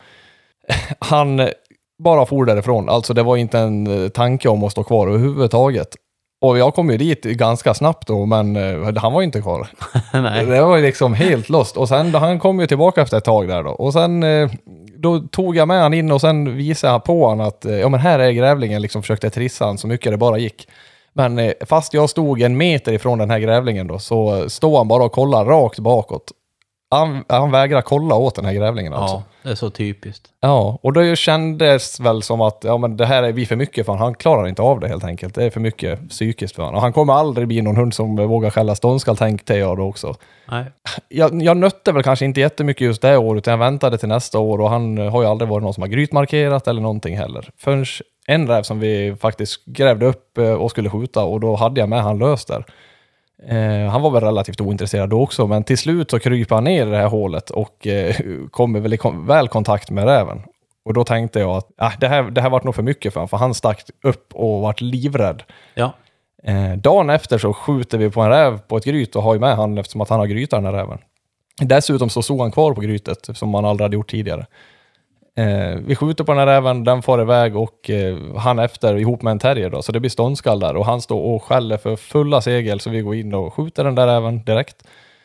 Han bara for därifrån, alltså det var inte en tanke om att stå kvar överhuvudtaget. Och jag kom ju dit ganska snabbt då, men han var ju inte kvar. Nej. Det var ju liksom helt lost. Och sen då, han kom ju tillbaka efter ett tag där då. Och sen då tog jag med han in och sen visade han på han att ja men här är grävlingen, liksom försökte trissa han så mycket det bara gick. Men fast jag stod en meter ifrån den här grävlingen då, så stod han bara och kollade rakt bakåt. Han, han vägrar kolla åt den här grävlingen alltså. Ja, det är så typiskt. Ja, och då kändes väl som att ja, men det här är vi för mycket för han. Han klarar inte av det helt enkelt. Det är för mycket psykiskt för han. Och han kommer aldrig bli någon hund som vågar skälla ståndskall, tänkte jag då också. Nej. Jag, jag nötte väl kanske inte jättemycket just det året, utan jag väntade till nästa år och han har ju aldrig varit någon som har grytmarkerat eller någonting heller. Förrän en räv som vi faktiskt grävde upp och skulle skjuta och då hade jag med han löst där. Eh, han var väl relativt ointresserad då också, men till slut så kryper han ner i det här hålet och eh, kommer väl i kom- väl kontakt med räven. Och då tänkte jag att ah, det här, det här var nog för mycket för honom, för han stack upp och vart livrädd. Ja. Eh, dagen efter så skjuter vi på en räv på ett gryt och har ju med han eftersom att han har grytat den här räven. Dessutom så stod han kvar på grytet som man aldrig hade gjort tidigare. Eh, vi skjuter på den här räven, den får iväg och eh, han efter ihop med en terrier då, så det blir ståndskall där och han står och skäller för fulla segel så vi går in och skjuter den där räven direkt.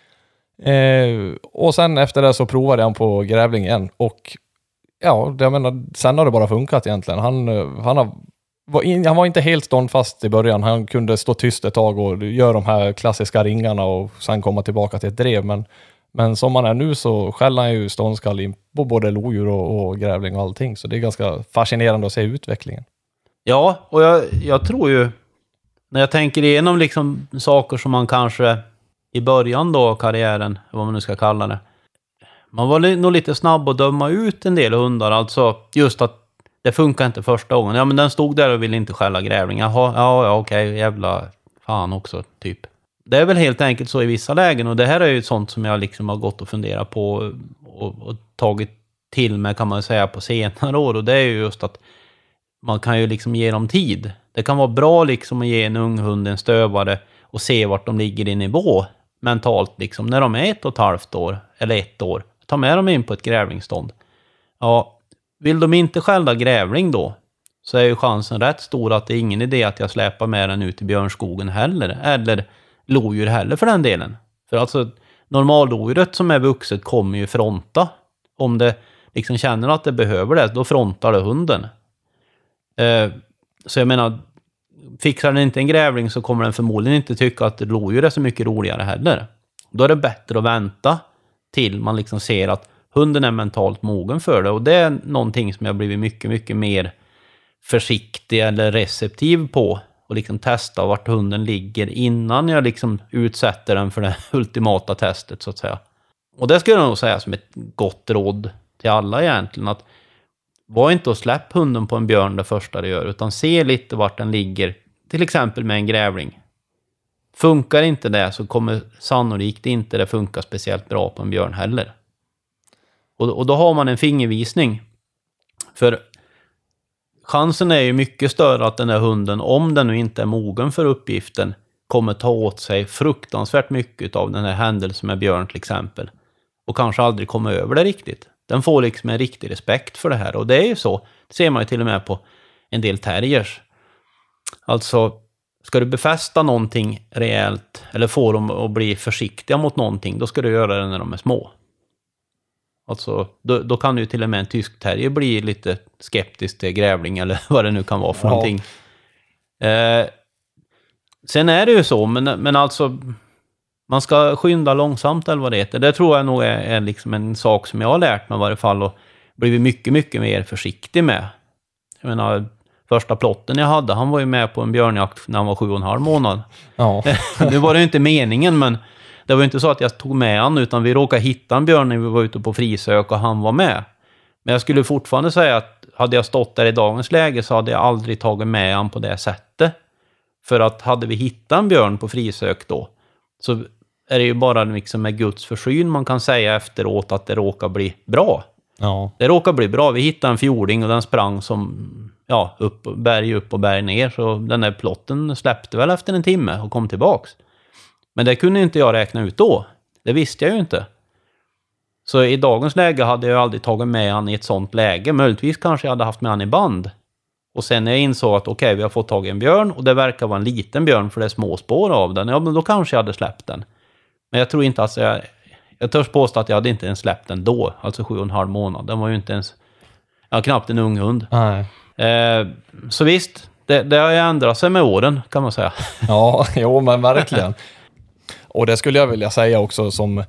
Eh, och sen efter det så provade han på grävling igen och ja, jag menar, sen har det bara funkat egentligen. Han, han, har, var in, han var inte helt ståndfast i början, han kunde stå tyst ett tag och göra de här klassiska ringarna och sen komma tillbaka till ett drev, men Men som man är nu så skäller han ju ståndskall in på både lodjur och, och grävling och allting. Så det är ganska fascinerande att se utvecklingen. Ja, och jag, jag tror ju, när jag tänker igenom liksom saker som man kanske i början då, karriären, vad man nu ska kalla det. Man var li- nog lite snabb att döma ut en del hundar. Alltså just att det funkar inte första gången. Ja, men den stod där och ville inte skälla grävling. Jaha, ja, ja okej, jävla fan också, typ. Det är väl helt enkelt så i vissa lägen, och det här är ju sånt som jag liksom har gått och funderat på och, och tagit till mig kan man säga på senare år, och det är ju just att man kan ju liksom ge dem tid. Det kan vara bra liksom att ge en ung hund en stövare och se vart de ligger i nivå mentalt liksom när de är ett och ett halvt år eller ett år. Ta med dem in på ett grävlingsstånd. Ja, vill de inte skälla grävling då, så är ju chansen rätt stor att det är ingen idé att jag släpar med den ut i björnskogen heller, eller lodjur heller för den delen. För alltså normallodjuret som är vuxet kommer ju fronta. Om det liksom känner att det behöver det, då frontar det hunden. Eh, så jag menar, fixar den inte en grävling så kommer den förmodligen inte tycka att lodjur är så mycket roligare heller. Då är det bättre att vänta till man liksom ser att hunden är mentalt mogen för det. Och det är någonting som jag blivit mycket, mycket mer försiktig eller receptiv på. Och liksom testa vart hunden ligger innan jag liksom utsätter den för det ultimata testet så att säga. Och det skulle jag nog säga som ett gott råd till alla egentligen. Att var inte att släppa hunden på en björn det första det gör, utan se lite vart den ligger, till exempel med en grävling. Funkar inte det så kommer sannolikt inte det funka speciellt bra på en björn heller. Och, och då har man en fingervisning. För chansen är ju mycket större att den här hunden, om den nu inte är mogen för uppgiften, kommer ta åt sig fruktansvärt mycket av den här händelsen med björn till exempel. Och kanske aldrig komma över det riktigt. Den får liksom en riktig respekt för det här. Och det är ju så. Det ser man ju till och med på en del terriers. Alltså, ska du befästa någonting rejält eller få dem att bli försiktiga mot någonting, då ska du göra det när de är små. Alltså, då, då kan ju till och med en tysk terrier bli lite skeptisk till grävling eller vad det nu kan vara för ja. någonting. Eh, sen är det ju så, men, men alltså man ska skynda långsamt eller vad det heter. Det tror jag nog är, är liksom en sak som jag har lärt mig i varje fall och blivit mycket, mycket mer försiktig med. Jag menar, första plotten jag hade, han var ju med på en björnjakt när han var sju och en halv månad. Ja. Nu var det ju inte meningen, men det var ju inte så att jag tog med han, utan vi råkade hitta en björn när vi var ute på frisök och han var med. Men jag skulle fortfarande säga att hade jag stått där i dagens läge så hade jag aldrig tagit med han på det sättet. För att hade vi hittat en björn på frisök då, så är det ju bara liksom med Guds försyn man kan säga efteråt att det råkar bli bra. Ja. Det råkar bli bra. Vi hittade en fjording och den sprang som ja, upp, berg upp och berg ner. Så den där plotten släppte väl efter en timme och kom tillbaks. Men det kunde inte jag räkna ut då. Det visste jag ju inte. Så i dagens läge hade jag aldrig tagit med han i ett sånt läge. Möjligtvis kanske jag hade haft med han i band. Och sen när jag insåg att okej, okay, vi har fått tag i en björn och det verkar vara en liten björn för det är små spår av den. Ja, men då kanske jag hade släppt den. Men jag tror inte att jag... Jag törs påstå att jag hade inte ens släppt den då. Alltså sju och en halv månad. Den var ju inte ens... Ja, knappt en ung hund. Nej. Eh, så visst, det, det har ju ändrat sig med åren kan man säga. Ja, jo men verkligen. Och det skulle jag vilja säga också som...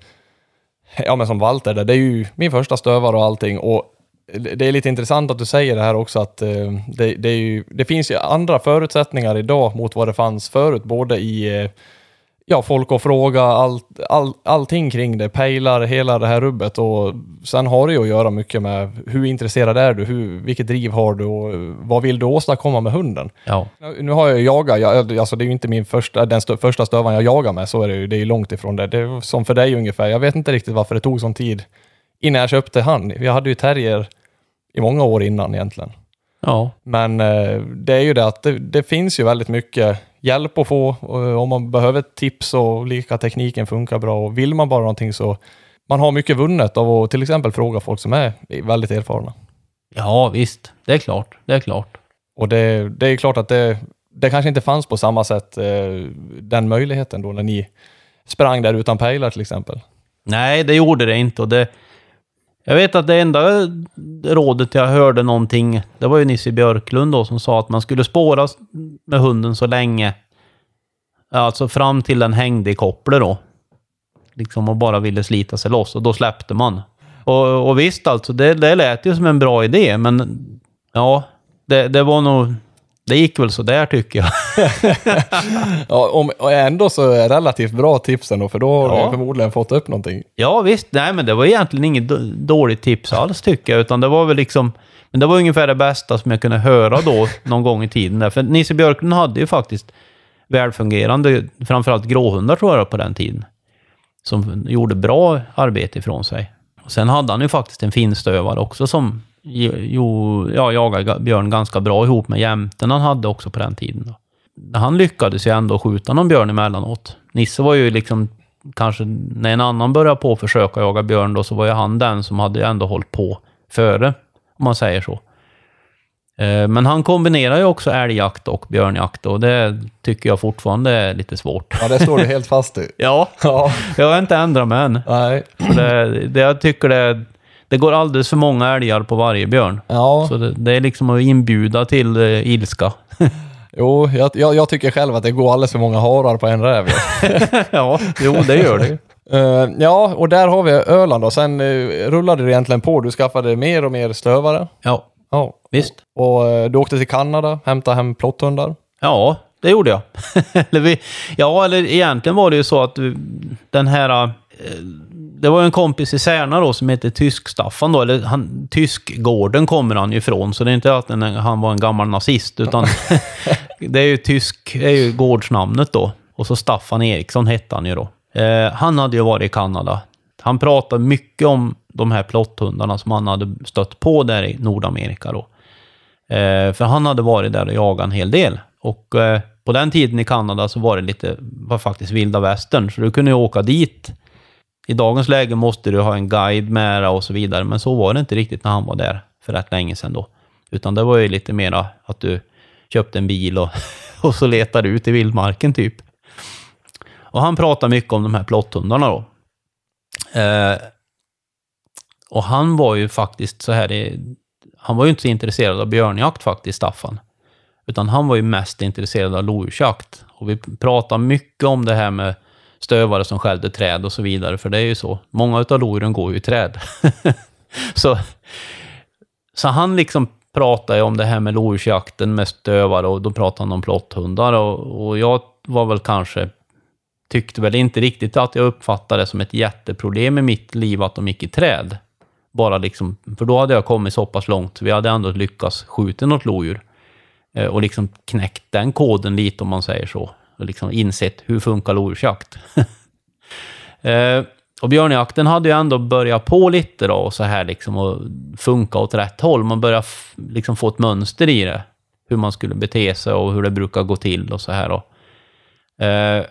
Ja men som Walter, det är ju min första stövare och allting. Och det är lite intressant att du säger det här också att eh, det, det, är ju, det finns ju andra förutsättningar idag mot vad det fanns förut. Både i... Eh, Ja, folk och fråga, allt, all, allting kring det, pejlar hela det här rubbet och sen har det ju att göra mycket med hur intresserad är du, hur, vilket driv har du och vad vill du åstadkomma med hunden. Ja. Nu har jag jagat, jag, alltså det är ju inte min första, den stö, första stövan jag jagar med, så är det ju, det är ju långt ifrån det. Det är som för dig ungefär, jag vet inte riktigt varför det tog sån tid innan jag köpte han. Jag hade ju terrier i många år innan egentligen. Ja. Men eh, det är ju det att det, det finns ju väldigt mycket hjälp att få om man behöver tips och lika tekniken funkar bra och vill man bara någonting så man har mycket vunnet av att till exempel fråga folk som är väldigt erfarna. Ja visst, det är klart, det är klart. Och det, det är klart att det, det kanske inte fanns på samma sätt eh, den möjligheten då när ni sprang där utan pejlar till exempel. Nej, det gjorde det inte och det jag vet att det enda rådet jag hörde någonting, det var ju Nisse Björklund då som sa att man skulle spåra med hunden så länge, alltså fram till den hängde i kopplet då. Liksom och bara ville slita sig loss och då släppte man. Och, och visst alltså, det, det lät ju som en bra idé, men ja, det, det var nog, det gick väl så där tycker jag. Ja, om, och ändå så är det relativt bra tipsen då, för då har ja. du förmodligen fått upp någonting. Ja visst, nej men det var egentligen inget dåligt tips alls tycker jag, utan det var väl liksom, men det var ungefär det bästa som jag kunde höra då någon gång i tiden där. För Nisse Björklund hade ju faktiskt välfungerande, framförallt gråhundar tror jag på den tiden, som gjorde bra arbete ifrån sig. Och sen hade han ju faktiskt en finstövare också som jo, ja, jagade björn ganska bra ihop med jämten han hade också på den tiden då. Han lyckades ju ändå skjuta någon björn emellanåt. Nisse var ju liksom kanske när en annan började på att försöka jaga björn då, så var ju han den som hade ändå hållit på före, om man säger så. Men han kombinerar ju också älgjakt och björnjakt och det tycker jag fortfarande är lite svårt. Ja, det står du helt fast i. Ja, ja, jag har inte ändrat mig än. Nej. Det, det, jag tycker det, det går alldeles för många älgar på varje björn. Ja. Så det, det är liksom att inbjuda till uh, ilska. Jo, jag, jag, jag tycker själv att det går alldeles för många harar på en räv. Ja, jo, det gör det. Uh, ja, och där har vi Öland och sen uh, rullade du egentligen på. Du skaffade mer och mer stövare. Ja. Ja, visst. Och uh, du åkte till Kanada, hämtade hem plotthundar. Ja, det gjorde jag. eller vi, ja, eller egentligen var det ju så att den här... Uh, det var en kompis i Särna då som heter Tysk-Staffan då, eller han, Tyskgården kommer han ju ifrån, så det är inte att han var en gammal nazist, utan det är ju tysk, det är ju gårdsnamnet då. Och så Staffan Eriksson hette han ju då. Eh, han hade ju varit i Kanada. Han pratade mycket om de här plotthundarna som han hade stött på där i Nordamerika då. Eh, för han hade varit där och jagat en hel del. Och eh, på den tiden i Kanada så var det lite, var faktiskt vilda västern. Så du kunde ju åka dit. I dagens läge måste du ha en guide med och så vidare. Men så var det inte riktigt när han var där för rätt länge sedan då. Utan det var ju lite mera att du köpte en bil och, och så letade ut i vildmarken typ. Och han pratar mycket om de här plotthundarna då. Eh, och han var ju faktiskt så här, i, han var ju inte så intresserad av björnjakt faktiskt, Staffan. Utan han var ju mest intresserad av lodjursjakt. Och vi pratar mycket om det här med stövare som skällde träd och så vidare. För det är ju så, många utav lodjuren går ju i träd. så, så han liksom pratar ju om det här med lodjursjakten med stövare, och då pratar han om plotthundar. Och, och jag var väl kanske, tyckte väl inte riktigt att jag uppfattade det som ett jätteproblem i mitt liv att de gick i träd. Bara liksom, för då hade jag kommit så pass långt. Vi hade ändå lyckats skjuta något lodjur. Och liksom knäckt den koden lite, om man säger så. Och liksom insett hur funkar lodjursjakt. eh, och björnjakten hade ju ändå börjat på lite då, och så här liksom, och funka åt rätt håll. Man börjar f- liksom få ett mönster i det. Hur man skulle bete sig och hur det brukar gå till och så här då. Eh,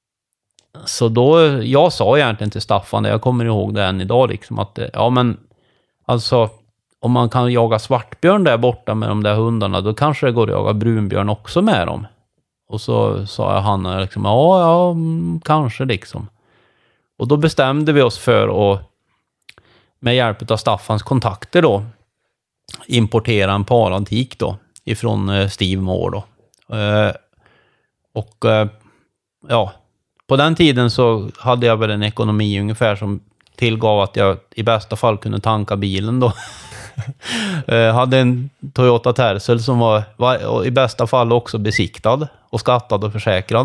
så då, jag sa egentligen till Staffan, jag kommer ihåg det än idag liksom, att ja men alltså, om man kan jaga svartbjörn där borta med de där hundarna, då kanske det går att jaga brunbjörn också med dem. Och så sa jag han liksom, ja, ja, kanske liksom. Och då bestämde vi oss för att med hjälp av Staffans kontakter då importera en parantik då ifrån eh, Steve Moore då. Eh, och eh, ja, på den tiden så hade jag väl en ekonomi ungefär som tillgav att jag i bästa fall kunde tanka bilen då. Jag hade en Toyota Tercel som var, var i bästa fall också besiktad och skattad och försäkrad.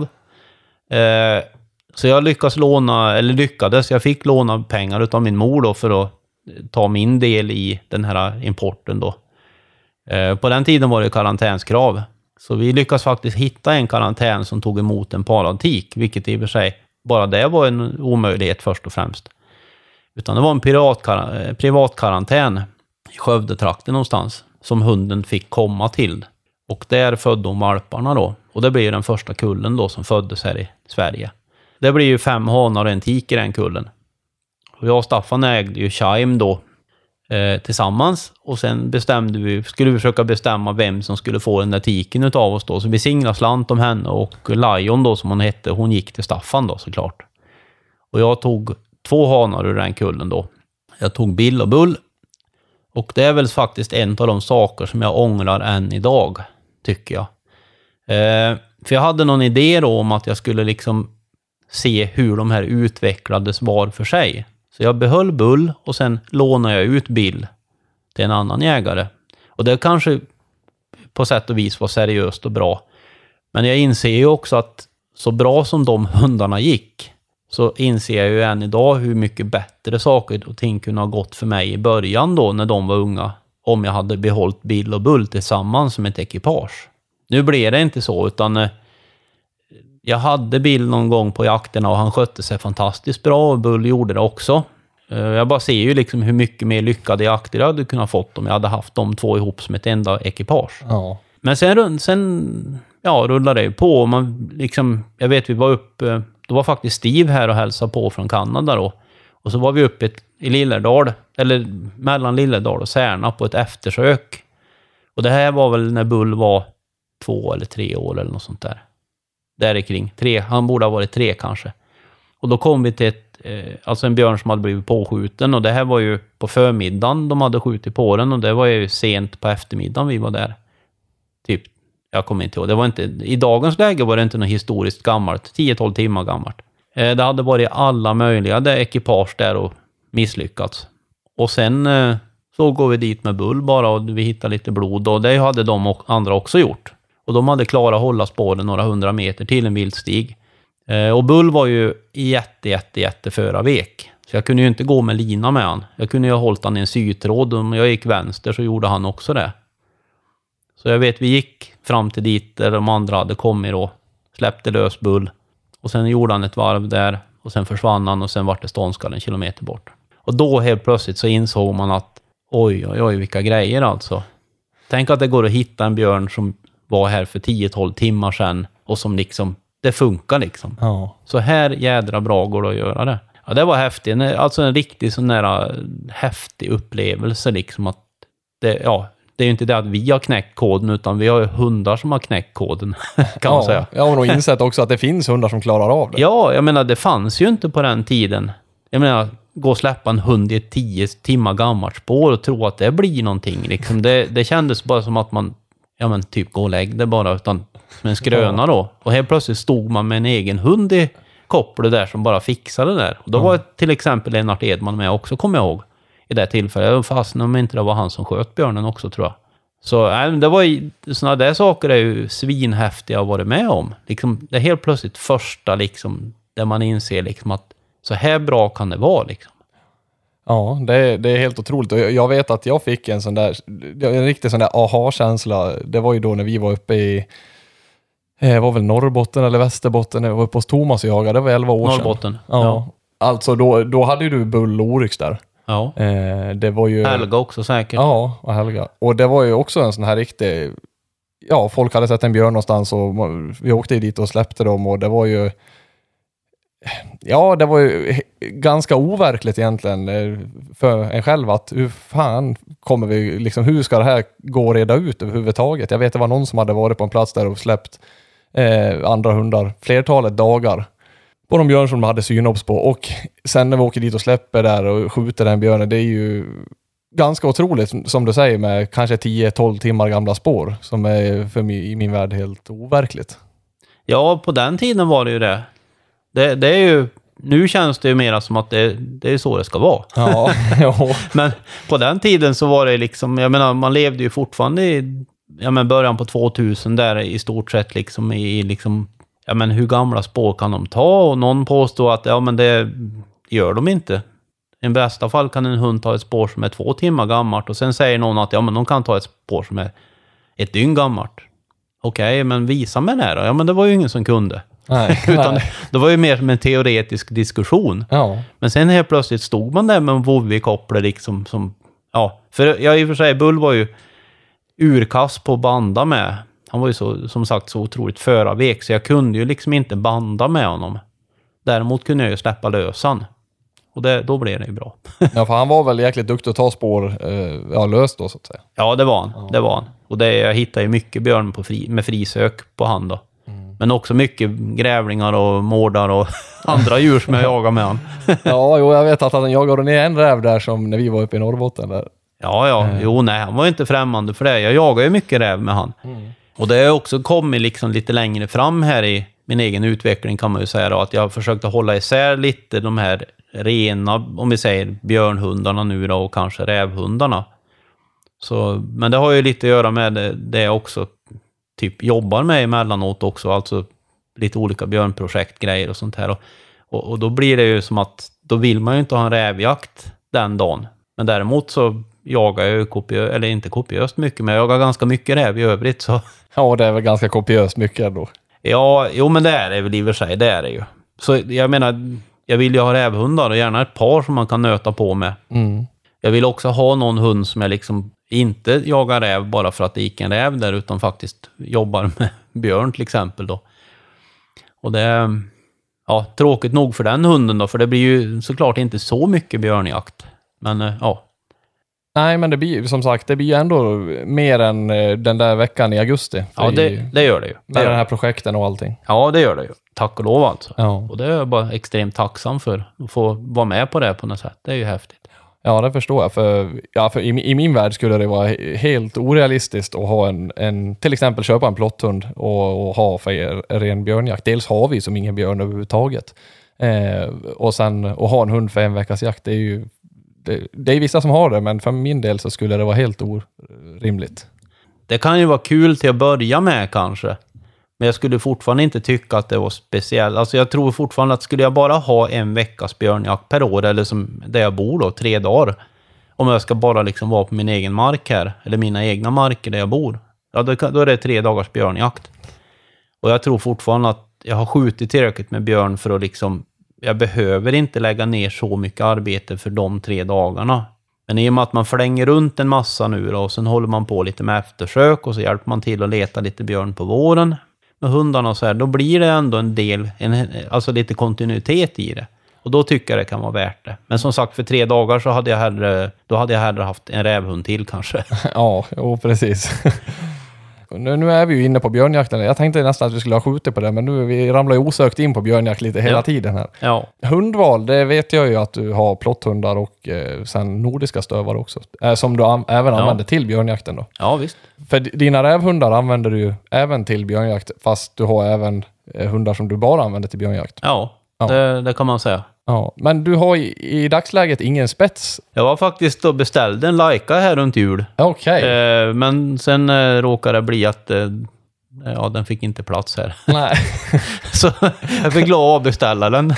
Eh, så jag lyckades låna, eller lyckades, jag fick låna pengar utav min mor då för att ta min del i den här importen då. Eh, på den tiden var det karantänskrav. Så vi lyckades faktiskt hitta en karantän som tog emot en parantik, vilket i och för sig, bara det var en omöjlighet först och främst. Utan det var en privatkar- privatkarantän i Skövdetrakten någonstans som hunden fick komma till. Och där födde de valparna då. Och det blir den första kullen då som föddes här i Sverige. Det blir ju fem hanar och en tik i den kullen. Och jag och Staffan ägde ju Chime då eh, tillsammans. Och sen bestämde vi, skulle vi försöka bestämma vem som skulle få den där tiken utav oss då. Så vi singlade slant om henne, och Lion då som hon hette, hon gick till Staffan då såklart. Och jag tog två hanar ur den kullen då. Jag tog Bill och Bull. Och det är väl faktiskt en av de saker som jag ångrar än idag, tycker jag. Eh, för jag hade någon idé då om att jag skulle liksom se hur de här utvecklades var för sig. Så jag behöll Bull och sen lånade jag ut Bill till en annan jägare. Och det kanske på sätt och vis var seriöst och bra. Men jag inser ju också att så bra som de hundarna gick, så inser jag ju än idag hur mycket bättre saker och ting kunde ha gått för mig i början då när de var unga, om jag hade behållit Bill och Bull tillsammans som ett ekipage. Nu blev det inte så, utan eh, jag hade Bill någon gång på jakterna och han skötte sig fantastiskt bra, och Bull gjorde det också. Eh, jag bara ser ju liksom hur mycket mer lyckade jakter jag hade kunnat fått om jag hade haft de två ihop som ett enda ekipage. Ja. Men sen, sen ja, rullade det ju på. Och man liksom, jag vet vi var uppe, då var faktiskt Steve här och hälsade på från Kanada då. Och så var vi uppe i Lillerdal, eller mellan Lillerdal och Särna på ett eftersök. Och det här var väl när Bull var två eller tre år eller något sånt där. Där kring tre, han borde ha varit tre kanske. Och då kom vi till ett, eh, alltså en björn som hade blivit påskjuten. Och det här var ju på förmiddagen de hade skjutit på den. Och det var ju sent på eftermiddagen vi var där. Typ, jag kommer inte ihåg. Det var inte, i dagens läge var det inte något historiskt gammalt. tio tolv timmar gammalt. Eh, det hade varit alla möjliga det ekipage där och misslyckats. Och sen eh, så går vi dit med Bull bara och vi hittar lite blod. Och det hade de och andra också gjort. Och de hade klarat att hålla spåren några hundra meter till en vildstig. Eh, och Bull var ju jätte, jätte, jätte förra vek. Så jag kunde ju inte gå med lina med han. Jag kunde ju ha hållit han i en sytråd. Om jag gick vänster så gjorde han också det. Så jag vet, vi gick fram till dit där de andra hade kommit då. Släppte lös bull. Och sen gjorde han ett varv där. Och sen försvann han och sen vart det ståndskall en kilometer bort. Och då helt plötsligt så insåg man att oj, oj, oj, vilka grejer alltså. Tänk att det går att hitta en björn som var här för tio tolv timmar sedan. Och som liksom, det funkar liksom. Ja. Så här jädra bra går det att göra det. Ja, det var häftigt. Alltså en riktig sån där häftig upplevelse liksom att det, ja, det är ju inte det att vi har knäckt koden utan vi har ju hundar som har knäckt koden kan ja, man säga. Jag har nog insett också att det finns hundar som klarar av det. Ja, jag menar det fanns ju inte på den tiden. Jag menar, gå och släppa en hund i ett tio timmar gammalt spår och tro att det blir någonting liksom. Det, det kändes bara som att man, ja men typ gå och lägg det bara utan som en skröna då. Och helt plötsligt stod man med en egen hund i kopplet där som bara fixade det där. Och då var till exempel Lennart Edman med också, kommer jag ihåg. I det tillfället. Fast om inte det var han som sköt björnen också tror jag. Så äh, det var ju, sådana där saker är ju svinhäftiga att vara med om. Liksom, det är helt plötsligt första liksom, där man inser liksom att så här bra kan det vara liksom. Ja, det är, det är helt otroligt. Och jag, jag vet att jag fick en sån där, en riktig sån där aha-känsla. Det var ju då när vi var uppe i eh, var väl Norrbotten eller Västerbotten. Jag var uppe hos Thomas och jagade, det var elva år Norrbotten, sedan. Ja. ja. Alltså då, då hade ju du Bull och Oryx där. Ja. Eh, det var ju... Helga också säkert. Ja, och Helga. Och det var ju också en sån här riktig... Ja, folk hade sett en björn någonstans och vi åkte dit och släppte dem och det var ju... Ja, det var ju ganska overkligt egentligen för en själv att hur fan kommer vi liksom, hur ska det här gå att reda ut överhuvudtaget? Jag vet det var någon som hade varit på en plats där och släppt eh, andra hundar flertalet dagar på de björn som de hade synobs på och sen när vi åker dit och släpper där och skjuter den björnen, det är ju ganska otroligt som du säger med kanske tio tolv timmar gamla spår som är för mig, i min värld helt overkligt. Ja, på den tiden var det ju det. Det, det är ju, nu känns det ju mer som att det, det är så det ska vara. Ja, ja. Men på den tiden så var det liksom, jag menar, man levde ju fortfarande i ja, men början på tvåtusen där i stort sett liksom i liksom, ja men hur gamla spår kan de ta? Och någon påstår att ja men det gör de inte. I bästa fall kan en hund ta ett spår som är två timmar gammalt och sen säger någon att ja men de kan ta ett spår som är ett dygn gammalt. Okej, okay, men visa mig det då. Ja men det var ju ingen som kunde. Nej, Utan nej. det var ju mer som en teoretisk diskussion. Ja. Men sen helt plötsligt stod man där med en vovvi-koppler liksom som, ja, för jag i och för sig, Bull var ju urkass på banda med. Han var ju så, som sagt så otroligt förarvek så jag kunde ju liksom inte banda med honom. Däremot kunde jag ju släppa lösan. Och det, då blev det ju bra. Ja, för han var väl jäkligt duktig att ta spår eh, ja, löst då så att säga. Ja, det var han. Ja. Det var han. Och det, jag hittade ju mycket björn på fri, med frisök på hand då. Mm. Men också mycket grävlingar och mårdar och andra djur som jag jagar med han. Ja, jo, jag vet att han jagade ner en räv där som när vi var uppe i Norrbotten där. Ja, ja. Mm. Jo, nej, han var inte främmande för det. Jag jagar ju mycket räv med han. Mm. Och det har också kommit liksom lite längre fram här i min egen utveckling kan man ju säga då, att jag har försökt att hålla isär lite de här rena, om vi säger björnhundarna nu då och kanske rävhundarna. Så, men det har ju lite att göra med det, det jag också typ jobbar med emellanåt också, alltså lite olika björnprojektgrejer och sånt här. Och, och, och då blir det ju som att då vill man ju inte ha en rävjakt den dagen. Men däremot så jagar jag ju kopiöst, eller inte kopiöst mycket, men jag jagar ganska mycket räv i övrigt. Så. Ja, det är väl ganska kopiöst mycket ändå. Ja, jo men det är det väl i och för sig, det är det ju. Så jag menar, jag vill ju ha rävhundar och gärna ett par som man kan nöta på med. Mm. Jag vill också ha någon hund som jag liksom inte jagar räv bara för att det gick en räv där, utan faktiskt jobbar med björn till exempel då. Och det är ja, tråkigt nog för den hunden då, för det blir ju såklart inte så mycket björnjakt. Men ja. Nej, men det blir som sagt, det blir ju ändå mer än den där veckan i augusti. Ja, det, det gör det ju. Med den här projekten och allting. Ja, det gör det ju. Tack och lov alltså. Ja. Och det är jag bara extremt tacksam för. Att få vara med på det på något sätt. Det är ju häftigt. Ja, det förstår jag. För, ja, för i, i min värld skulle det vara helt orealistiskt att ha en, en till exempel köpa en plotthund och, och ha för ren björnjakt. Dels har vi som ingen björn överhuvudtaget. Eh, och sen att ha en hund för en veckas jakt, det är ju det, det är vissa som har det, men för min del så skulle det vara helt orimligt. Det kan ju vara kul till att börja med kanske. Men jag skulle fortfarande inte tycka att det var speciellt. Alltså jag tror fortfarande att skulle jag bara ha en veckas björnjakt per år, eller som där jag bor då, tre dagar. Om jag ska bara liksom vara på min egen mark här, eller mina egna marker där jag bor. Ja, då, då är det tre dagars björnjakt. Och jag tror fortfarande att jag har skjutit tillräckligt med björn för att liksom, jag behöver inte lägga ner så mycket arbete för de tre dagarna. Men i och med att man flänger runt en massa nu då, och sen håller man på lite med eftersök och så hjälper man till att leta lite björn på våren med hundarna och så här, då blir det ändå en del, en, alltså lite kontinuitet i det. Och då tycker jag det kan vara värt det. Men som sagt, för tre dagar så hade jag hellre, då hade jag hellre haft en rävhund till kanske. Ja, jo, precis. Nu, nu är vi ju inne på björnjakten. Jag tänkte nästan att vi skulle ha skjutit på det, men nu vi ramlar ju osökt in på björnjakt lite hela ja. tiden här. Ja. Hundval, det vet jag ju att du har plotthundar och eh, sen nordiska stövar också. Eh, som du an- även Ja. använder till björnjakten då. Ja, visst. För d- dina rävhundar använder du ju även till björnjakt, fast du har även eh, hundar som du bara använder till björnjakt. Ja, Ja. Det, det kan man säga. Ja, men du har i, i dagsläget ingen spets. Jag var faktiskt då beställde en Laika här runt jul. Okej. Eh, men sen eh, råkade det bli att eh, ja, den fick inte plats här. Nej. Så jag fick lov att beställa den.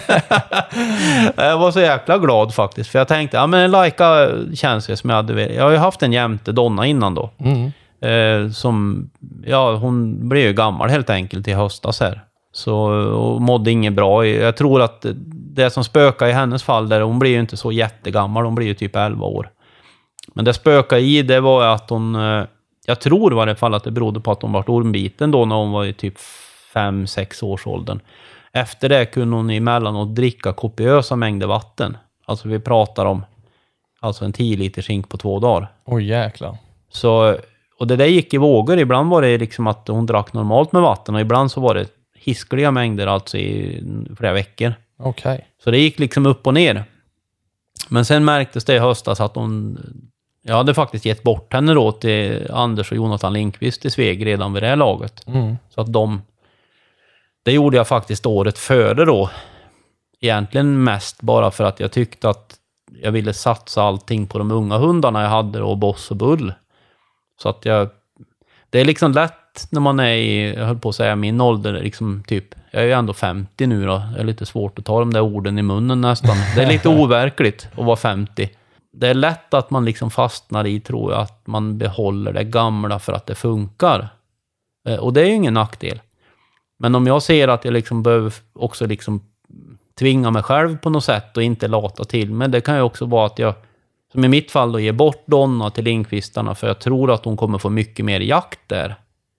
Jag var så jäkla glad faktiskt. För jag tänkte, ja men en Laika känns ju som jag hade velat. Jag har ju haft en jämte Donna innan då. Mm. Eh, som, ja hon blev ju gammal helt enkelt i höstas här. Så, och mådde inget bra. Jag tror att det som spökar i hennes fall, där hon blir ju inte så jättegammal, hon blir ju typ elva år. Men det spökar i det var att hon, jag tror i varje fall att det berodde på att hon var ormbiten då när hon var i typ fem sex års åldern. Efter det kunde hon emellanåt dricka kopiösa mängder vatten. Alltså vi pratar om alltså en tio liters hink på två dagar. Oj jäklar. Så, och det där gick i vågor. Ibland var det liksom att hon drack normalt med vatten och ibland så var det hiskliga mängder alltså i flera veckor. Okej. Okay. Så det gick liksom upp och ner. Men sen märktes det i höstas att hon... Jag hade faktiskt gett bort henne då till Anders och Jonathan Lindqvist i Sveg redan vid det här laget. Mm. Så att de... Det gjorde jag faktiskt året före då. Egentligen mest bara för att jag tyckte att jag ville satsa allting på de unga hundarna jag hade då, Boss och Bull. Så att jag... Det är liksom lätt när man är i, jag höll på att säga min ålder, liksom typ, jag är ju ändå femtio nu då. Det är lite svårt att ta de där orden i munnen nästan. Det är lite overkligt att vara femtio. Det är lätt att man liksom fastnar i, tror jag, att man behåller det gamla för att det funkar. Och det är ju ingen nackdel. Men om jag ser att jag liksom behöver också liksom tvinga mig själv på något sätt och inte lata till mig, det kan ju också vara att jag, som i mitt fall då, ger bort Donna till Lindqvistarna för jag tror att hon kommer få mycket mer jakt där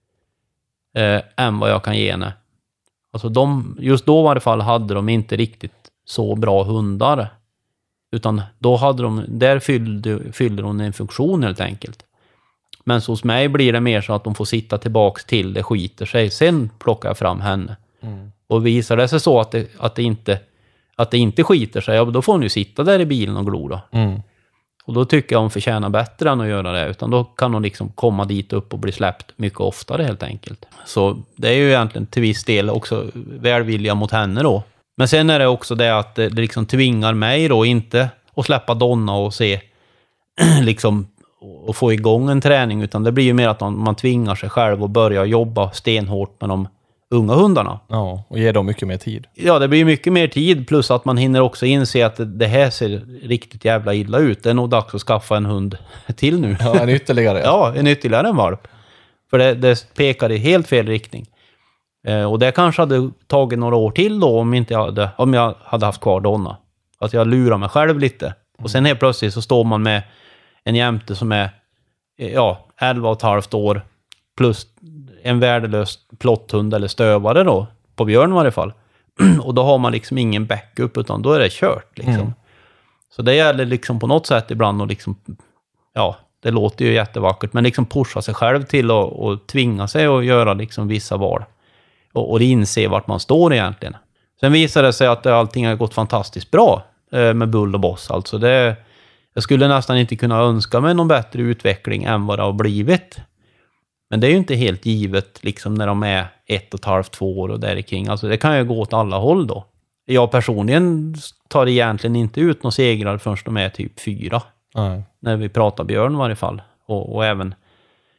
eh, än vad jag kan ge henne. Alltså de, just då i varje fall hade de inte riktigt så bra hundar. Utan då hade de, där fyllde, fyllde hon en funktion helt enkelt. Men så hos mig blir det mer så att de får sitta tillbaks till det skiter sig. Sen plockar jag fram henne. Mm. Och visar det sig så att det, att det, inte, att det inte skiter sig, ja, då får hon ju sitta där i bilen och glo då. Mm. Och då tycker jag hon förtjänar bättre än att göra det. Utan då kan hon liksom komma dit upp och bli släppt mycket oftare helt enkelt. Så det är ju egentligen till viss del också välvilja mot henne då. Men sen är det också det att det liksom tvingar mig då inte att släppa Donna och se liksom och få igång en träning, utan det blir ju mer att man tvingar sig själv och börja jobba stenhårt med de unga hundarna. Ja, och ge dem mycket mer tid. Ja, det blir mycket mer tid, plus att man hinner också inse att det här ser riktigt jävla illa ut. Det är nog dags att skaffa en hund till nu. Ja, en ytterligare. Ja, en ytterligare en valp. För det, det pekar i helt fel riktning. Eh, och det kanske hade tagit några år till då om, inte jag, hade, om jag hade haft kvar Donna. Att jag lurar mig själv lite. Och sen helt plötsligt så står man med en jämte som är ja, elva och ett halvt år plus en värdelös plotthund eller stövare då, på björn i varje fall. Och då har man liksom ingen backup, utan då är det kört liksom. Mm. Så det gäller liksom på något sätt ibland att liksom, ja, det låter ju jättevackert, men liksom pusha sig själv till att och tvinga sig att göra liksom vissa val. Och, och inse vart man står egentligen. Sen visar det sig att allting har gått fantastiskt bra eh, med Bull och Boss. Alltså det, jag skulle nästan inte kunna önska mig någon bättre utveckling än vad det har blivit. Men det är ju inte helt givet liksom när de är ett och ett halvt, två år och där kring. Alltså det kan ju gå åt alla håll då. Jag personligen tar egentligen inte ut några segrar förrän de är typ fyra. Mm. När vi pratar björn i varje fall. Och, och även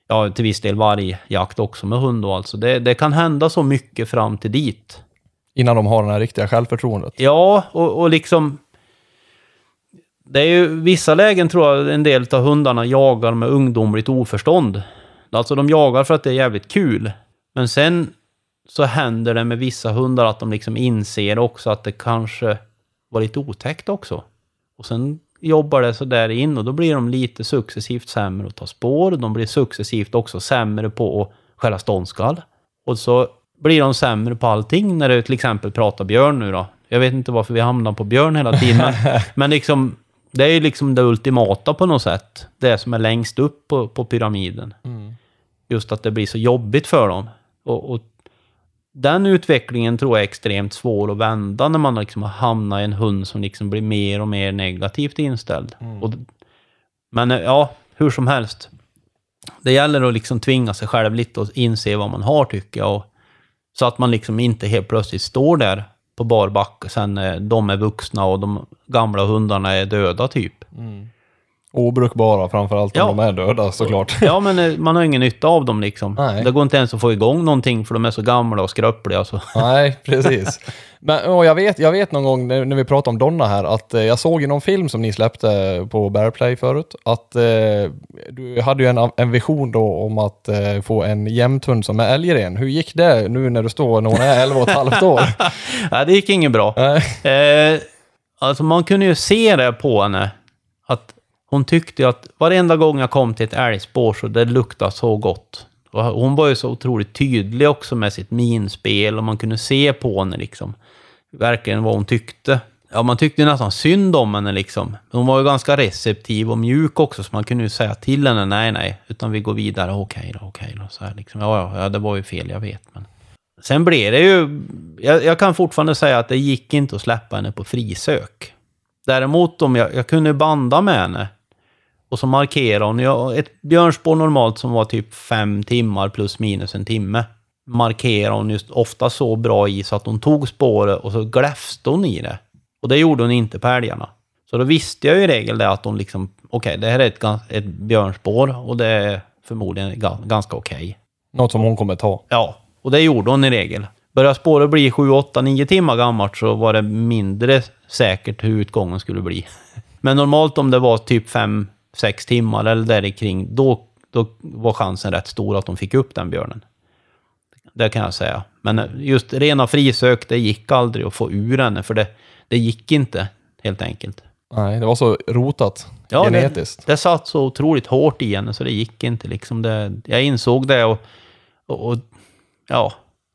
ja, till viss del vargjakt också med hund och alltså. Det, det kan hända så mycket fram till dit. Innan de har den här riktiga självförtroendet. Ja, och, och liksom... Det är ju vissa lägen tror jag en del av hundarna jagar med ungdomligt oförstånd. Alltså de jagar för att det är jävligt kul. Men sen så händer det med vissa hundar att de liksom inser också att det kanske var lite otäckt också. Och sen jobbar det så där in och då blir de lite successivt sämre att ta spår. De blir successivt också sämre på att skälla ståndskall. Och så blir de sämre på allting när du till exempel pratar björn nu då. Jag vet inte varför vi hamnar på björn hela tiden. Men, men liksom, det är ju liksom det ultimata på något sätt. Det som är längst upp på, på pyramiden. Mm. Just att det blir så jobbigt för dem. Och, och den utvecklingen tror jag är extremt svår att vända när man liksom hamnar i en hund som liksom blir mer och mer negativt inställd. Mm. Och, men ja, hur som helst. Det gäller att liksom tvinga sig själv lite och inse vad man har tycker jag. Och, så att man liksom inte helt plötsligt står där på bar backe sen de är vuxna och de gamla hundarna är döda typ. Mm. Obrukbara framförallt om ja. de är döda såklart. Ja, men man har ingen nytta av dem liksom. Nej. Det går inte ens att få igång någonting för de är så gamla och skröpliga. Så. Nej, precis. Men och jag, vet, jag vet någon gång när, när vi pratade om Donna här att eh, jag såg i någon film som ni släppte på Bearplay förut att eh, du hade ju en, en vision då om att eh, få en jämthund som är älgren. Hur gick det nu när du står när hon är elva och ett halvt år? Ja, det gick inget bra. Eh, alltså man kunde ju se det på henne att hon tyckte att varenda gång jag kom till ett älgspår så det luktade så gott. Och hon var ju så otroligt tydlig också med sitt minspel och man kunde se på henne liksom. Verkligen vad hon tyckte. Ja, man tyckte nästan synd om henne liksom. Hon var ju ganska receptiv och mjuk också så man kunde ju säga till henne nej, nej. Utan vi går vidare, okej då, okej då. Så här, liksom. ja, ja, det var ju fel, jag vet. Men... Sen blev det ju... Jag, jag kan fortfarande säga att det gick inte att släppa henne på frisök. Däremot om jag, jag kunde banda med henne och så markerade hon. Jag, ett björnspår normalt som var typ fem timmar plus minus en timme. Markerade hon just ofta så bra i så att hon tog spåret och så gläfste hon i det. Och det gjorde hon inte på älgarna. Så då visste jag i regel det att hon liksom, okej okay, det här är ett, ett björnspår och det är förmodligen ganska okej. Okay. Något som hon kommer ta. Ja, och det gjorde hon i regel. Börjar spåret bli sju, åtta, nio timmar gammalt så var det mindre säkert hur utgången skulle bli. Men normalt om det var typ fem sex timmar eller där kring, då, då var chansen rätt stor att de fick upp den björnen. Det kan jag säga. Men just rena frisök, det gick aldrig att få ur henne, för det, det gick inte, helt enkelt. Nej, det var så rotat ja, genetiskt. Det, det satt så otroligt hårt i henne, så det gick inte. Liksom det, jag insåg det och, och, och ja.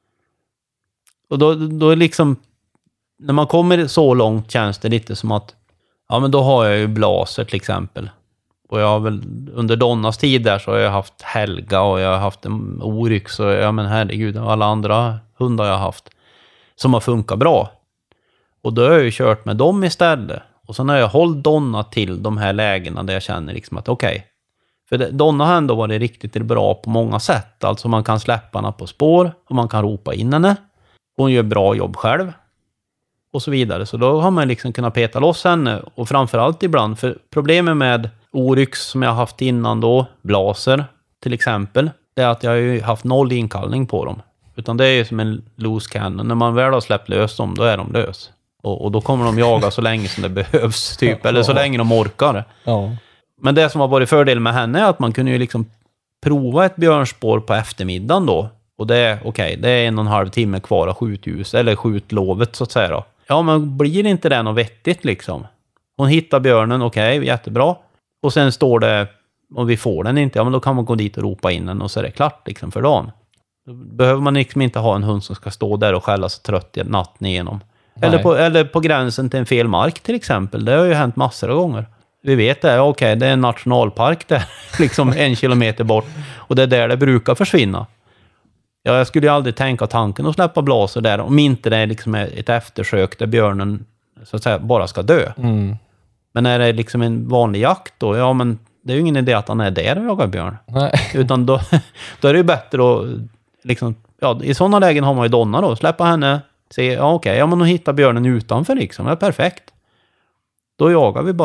Och då, då liksom, när man kommer så långt känns det lite som att, ja men då har jag ju Blaser till exempel. Och jag har väl, under Donnas tid där så har jag haft Helga och jag har haft en Oryx och ja men herregud, alla andra hundar jag har haft som har funkat bra. Och då har jag ju kört med dem istället. Och sen har jag hållit Donna till de här lägena där jag känner liksom att okej. Okay. För det, Donna har ändå varit riktigt bra på många sätt. Alltså man kan släppa henne på spår och man kan ropa in henne. Hon gör bra jobb själv. Och så vidare. Så då har man liksom kunnat peta loss henne. Och framförallt ibland, för problemet med Oryx som jag har haft innan då, Blaser till exempel, det är att jag har ju haft noll inkallning på dem. Utan det är ju som en loose cannon. När man väl har släppt lös dem, då är de lös. Och, och då kommer de jaga så länge som det behövs, typ. Eller så länge de orkar. Ja. Men det som har varit fördel med henne är att man kunde ju liksom prova ett björnspår på eftermiddagen då. Och det är, okej, okay, det är en och en halv timme kvar av skjutljus, eller skjutlovet så att säga då. Ja, men blir inte det något vettigt liksom? Hon hittar björnen, okej, okay, jättebra. Och sen står det, om vi får den inte, ja men då kan man gå dit och ropa in den och så är det klart liksom för dagen. Då behöver man liksom inte ha en hund som ska stå där och skälla så trött natten igenom. Eller på, eller på gränsen till en fel mark till exempel. Det har ju hänt massor av gånger. Vi vet det, okej, okay, det är en nationalpark där, liksom en kilometer bort. Och det är där det brukar försvinna. Ja, jag skulle ju aldrig tänka tanken att släppa Blaser där om inte det är liksom ett eftersök där björnen så att säga bara ska dö. Mm. Men är det liksom en vanlig jakt då, ja men det är ju ingen idé att han är där och jagar björn. Nej. Utan då, då är det ju bättre att liksom, ja i sådana lägen har man ju Donna då, släppa henne, se, ja okej, okay, ja men hon hittar björnen utanför liksom, ja perfekt. Då jagar vi bara.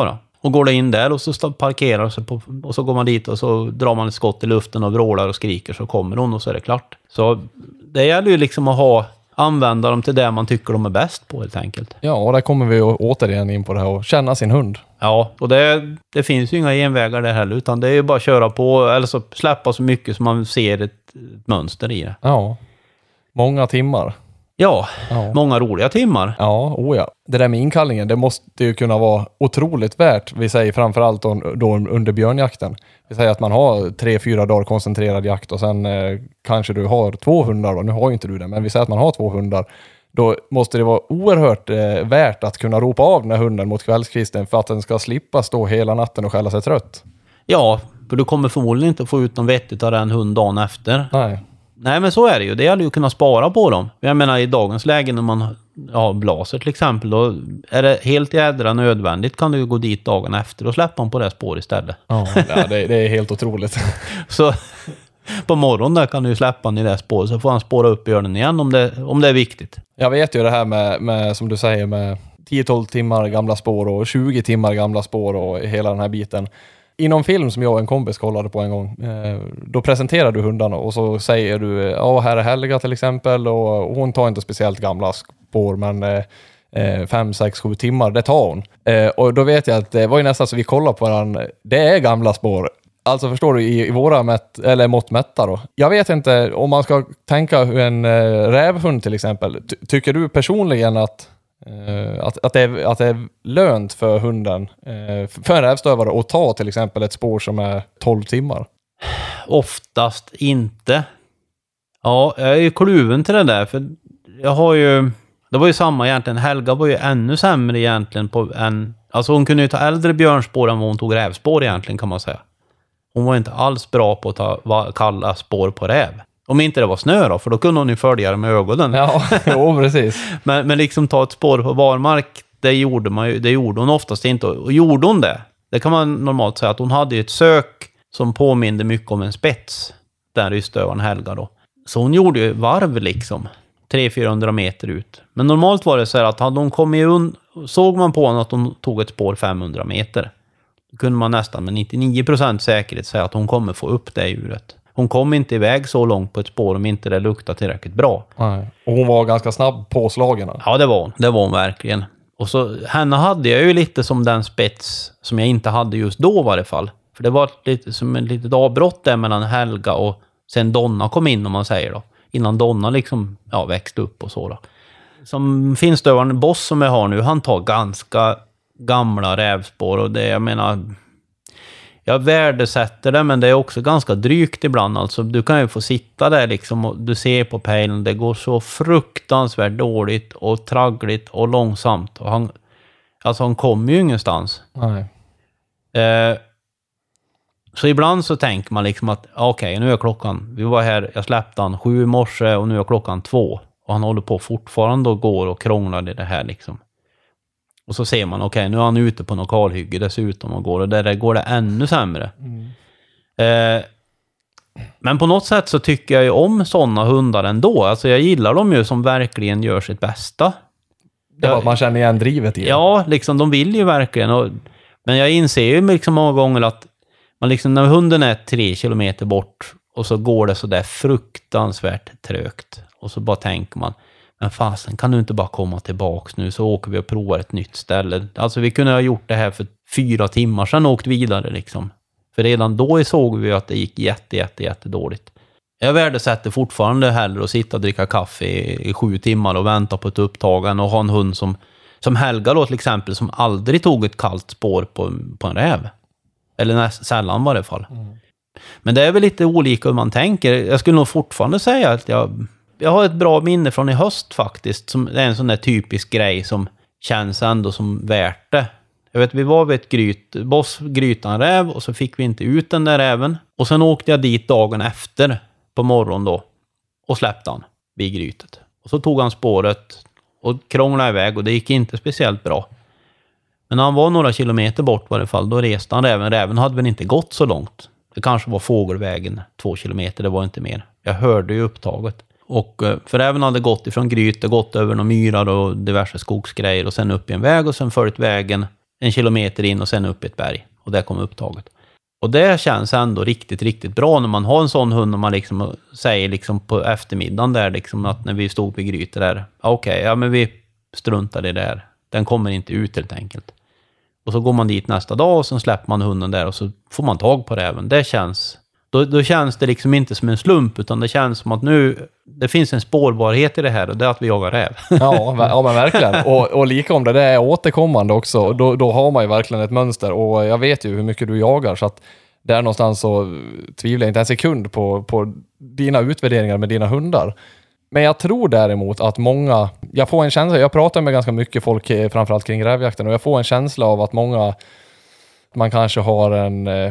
Och går det in där och så stå, parkerar sig på, och så går man dit och så drar man ett skott i luften och vrålar och skriker, så kommer hon och så är det klart. Så det gäller ju liksom att ha, använda dem till det man tycker de är bäst på helt enkelt. Ja, och där kommer vi återigen in på det här och känna sin hund. Ja, och det, det finns ju inga genvägar där heller, utan det är ju bara att köra på eller så släppa så mycket som man ser ett, ett mönster i det. Ja, många timmar. Ja, Ja. många roliga timmar. Ja, oh ja. Det där med inkallningen, det måste ju kunna vara otroligt värt. Vi säger framförallt då, då under björnjakten. Vi säger att man har tre, fyra dagar koncentrerad jakt och sen eh, kanske du har två hundar. Då. Nu har ju inte du det, men vi säger att man har två hundar. Då måste det vara oerhört eh, värt att kunna ropa av den här hunden mot kvällskvisten för att den ska slippa stå hela natten och skälla sig trött. Ja, för du kommer förmodligen inte få ut någon vettigt av den hund dagen efter. Nej. Nej, men så är det ju. Det gäller ju att kunna spara på dem. Jag menar, i dagens läge när man har blaser till exempel, då är det helt jädra nödvändigt, kan du ju gå dit dagen efter och släppa dem på det spår istället. Ja, ja det, det är helt otroligt. Så på morgonen där kan du ju släppa den i det spåret, så får han spåra upp björnen igen om det, om det är viktigt. Jag vet ju det här med, med som du säger, med tio till tolv timmar gamla spår och tjugo timmar gamla spår och hela den här biten. I någon film som jag och en kompis kollade på en gång, eh, då presenterar du hundarna och så säger du, ja, här är Helga till exempel, och hon tar inte speciellt gamla spår, men eh, fem, sex, sju timmar, det tar hon. Eh, och då vet jag att det var ju nästan så vi kollade på varandra, det är gamla spår. Alltså förstår du, i, i våra mätt, eller måttmätta då. Jag vet inte, om man ska tänka hur en eh, rävhund till exempel, ty- tycker du personligen att Uh, att, att, det är, att det är lönt för hunden, uh, för en rävstövare att ta till exempel ett spår som är tolv timmar? Oftast inte. Ja, jag är ju kluven till det där, för jag har ju, det var ju samma egentligen, Helga var ju ännu sämre egentligen på en, alltså hon kunde ju ta äldre björnspår än vad hon tog rävspår egentligen, kan man säga. Hon var inte alls bra på att ta va, kalla spår på räv. Om inte det var snö då, för då kunde hon ju följa det med ögonen. Ja, jo, precis. men, men liksom ta ett spår på barmark, det gjorde, man ju, det gjorde hon oftast inte. Och gjorde hon det, det kan man normalt säga att hon hade ett sök som påminde mycket om en spets, den rystövaren Helga då. Så hon gjorde ju varv liksom, tre till fyrahundra meter ut. Men normalt var det så här att hade hon kommit un, såg man på henne att hon tog ett spår femhundra meter. Då kunde man nästan med nittionio procent säkerhet säga att hon kommer få upp det djuret. Hon kom inte iväg så långt på ett spår om inte det luktade tillräckligt bra. Nej. Och hon var ganska snabb på slagen. Ja, det var hon. Det var hon verkligen. Och så, henne hade jag ju lite som den spets som jag inte hade just då i varje fall. För det var lite som ett litet avbrott där mellan Helga och sen Donna kom in, om man säger då. Innan Donna liksom, ja, växte upp och så då. Som finstövaren Boss som jag har nu, han tar ganska gamla rävspår och det, jag menar... Jag värdesätter det, men det är också ganska drygt ibland. Alltså, du kan ju få sitta där liksom och du ser på pejlen, det går så fruktansvärt dåligt och traggligt och långsamt. Och han, alltså han kommer ju ingenstans. Nej. Eh, så ibland så tänker man liksom att okej, okay, nu är klockan, vi var här, jag släppte han sju i morse och nu är klockan två. Och han håller på fortfarande och går och krånglar i det här liksom. Och så ser man, okej, okay, nu är han ute på något kalhygge dessutom och går, och där går det ännu sämre. Mm. Eh, men på något sätt så tycker jag ju om sådana hundar ändå. Alltså jag gillar dem ju som verkligen gör sitt bästa. Det var att man känner igen drivet i det. Ja, liksom de vill ju verkligen. Och, men jag inser ju liksom många gånger att man liksom, när hunden är tre kilometer bort och så går det så där fruktansvärt trögt. Och så bara tänker man, men fasen, kan du inte bara komma tillbaks nu så åker vi och provar ett nytt ställe. Alltså vi kunde ha gjort det här för fyra timmar sedan och åkt vidare liksom. För redan då såg vi att det gick jätte, jätte, jätte dåligt. Jag värdesätter fortfarande hellre att sitta och dricka kaffe i, i sju timmar och vänta på ett upptagen och ha en hund som, som Helga då till exempel, som aldrig tog ett kallt spår på, på en räv. Eller näst, sällan var det i fall. Mm. Men det är väl lite olika hur man tänker. Jag skulle nog fortfarande säga att jag... Jag har ett bra minne från i höst faktiskt. Som det är en sån där typisk grej som känns ändå som värt det. Jag vet, vi var vid ett gryt, Boss grytan räv och så fick vi inte ut den där räven. Och sen åkte jag dit dagen efter på morgonen då och släppte han vid grytet. Och så tog han spåret och krånglade iväg och det gick inte speciellt bra. Men när han var några kilometer bort i varje fall, då reste han räven. Räven hade väl inte gått så långt. Det kanske var fågelvägen två kilometer, det var inte mer. Jag hörde ju upptaget. Och för även hade gått ifrån gryt och gått över några myrar och diverse skogsgrejer och sen upp i en väg och sen följt vägen en kilometer in och sen upp ett berg. Och där kommer upptaget. Och det känns ändå riktigt, riktigt bra när man har en sån hund och man liksom säger liksom på eftermiddagen där liksom att när vi stod på Gryte där, okej, okay, ja men vi struntar i det där. Den kommer inte ut helt enkelt. Och så går man dit nästa dag och så släpper man hunden där och så får man tag på räven. Det känns, då, då känns det liksom inte som en slump utan det känns som att nu, det finns en spårbarhet i det här och det är att vi jagar räv. Ja, ja men verkligen. Och, och lika om det, det är återkommande också. Då, då har man ju verkligen ett mönster och jag vet ju hur mycket du jagar så att där någonstans så tvivlar jag inte en sekund på, på dina utvärderingar med dina hundar. Men jag tror däremot att många, jag får en känsla, jag pratar med ganska mycket folk framförallt kring rävjakten och jag får en känsla av att många, man kanske har en eh,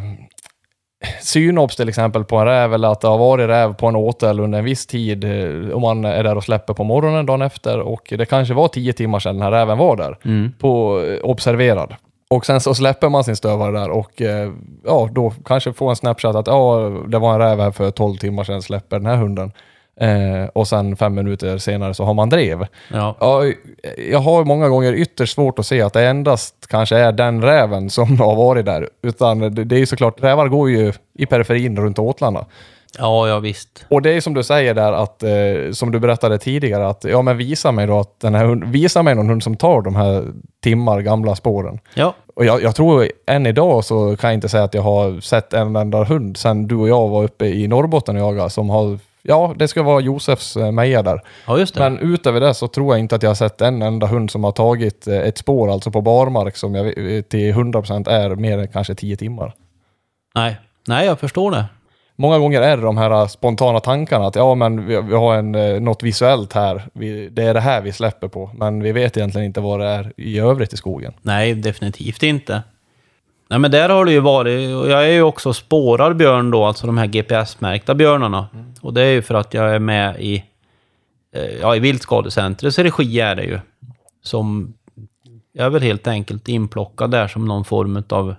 synops till exempel på en räv eller att det har varit räv på en åtel under en viss tid eh, om man är där och släpper på morgonen dagen efter och det kanske var tio timmar sedan den här räven var där mm. på eh, observerad. Och sen så släpper man sin stövare där och eh, ja, då kanske får en snapshot att ja, det var en räv här för tolv timmar sedan släpper den här hunden. Eh, och sen fem minuter senare så har man drev. Ja. Ja, jag har många gånger ytterst svårt att se att det endast kanske är den räven som har varit där. Utan det, det är ju såklart, rävar går ju i periferin runt åtlarna. Ja, ja visst. Och det är som du säger där att, eh, som du berättade tidigare att ja men visa mig då att den här hund, visa mig någon hund som tar de här timmar gamla spåren. Ja. Och jag, jag tror än idag så kan jag inte säga att jag har sett en enda hund sen du och jag var uppe i Norrbotten och jagade som har, ja det ska vara Josefs eh, Meja där. Ja just det. Men utöver det så tror jag inte att jag har sett en enda hund som har tagit eh, ett spår alltså på barmark som jag till hundra procent är mer än kanske tio timmar. Nej, nej jag förstår det. Många gånger är det de här spontana tankarna att ja men vi, vi har en, något visuellt här. Vi, det är det här vi släpper på. Men vi vet egentligen inte vad det är i övrigt i skogen. Nej, definitivt inte. Nej men där har det ju varit, och jag är ju också spårar björn då, alltså de här G P S-märkta björnarna. Mm. Och det är ju för att jag är med i, ja, i Viltskadecentrets regi är det ju. Som jag är väl helt enkelt inplockad där som någon form av,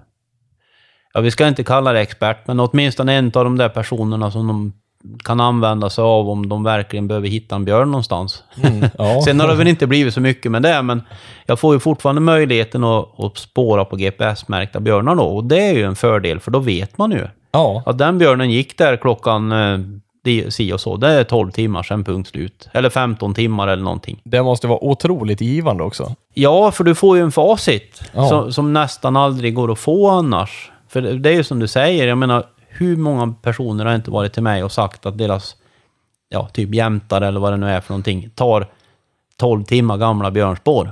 ja vi ska inte kalla det expert, men åtminstone en av de där personerna som de kan använda sig av om de verkligen behöver hitta en björn någonstans. Mm, ja. Sen har det väl inte blivit så mycket med det, men jag får ju fortfarande möjligheten att, att spåra på G P S-märkta björnar då, och det är ju en fördel, för då vet man ju ja. att den björnen gick där klockan eh, si och så, det är tolv timmar sen punkt slut, eller femton timmar eller någonting. Det måste vara otroligt givande också. Ja, för du får ju en facit ja. som, som nästan aldrig går att få annars. För det är ju som du säger, jag menar, hur många personer har inte varit till mig och sagt att deras, ja, typ jämtare eller vad det nu är för någonting, tar tolv timmar gamla björnspår.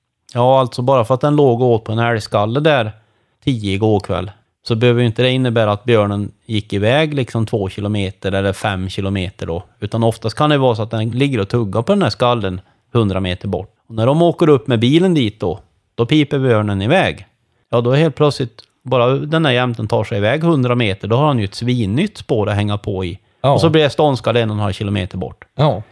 Ja, alltså bara för att den låg och åt på en älgskalle där tio igår kväll, så behöver ju inte det innebära att björnen gick iväg liksom två kilometer eller fem kilometer då. Utan oftast kan det vara så att den ligger och tuggar på den här skallen hundra meter bort. Och när de åker upp med bilen dit då, då piper björnen iväg. Ja, då är helt plötsligt bara den här jämten tar sig iväg hundra meter, då har han ju ett svinnytt spår att hänga på i. Ja. Och så blir det ståndskall en och en halv kilometer bort. Ja.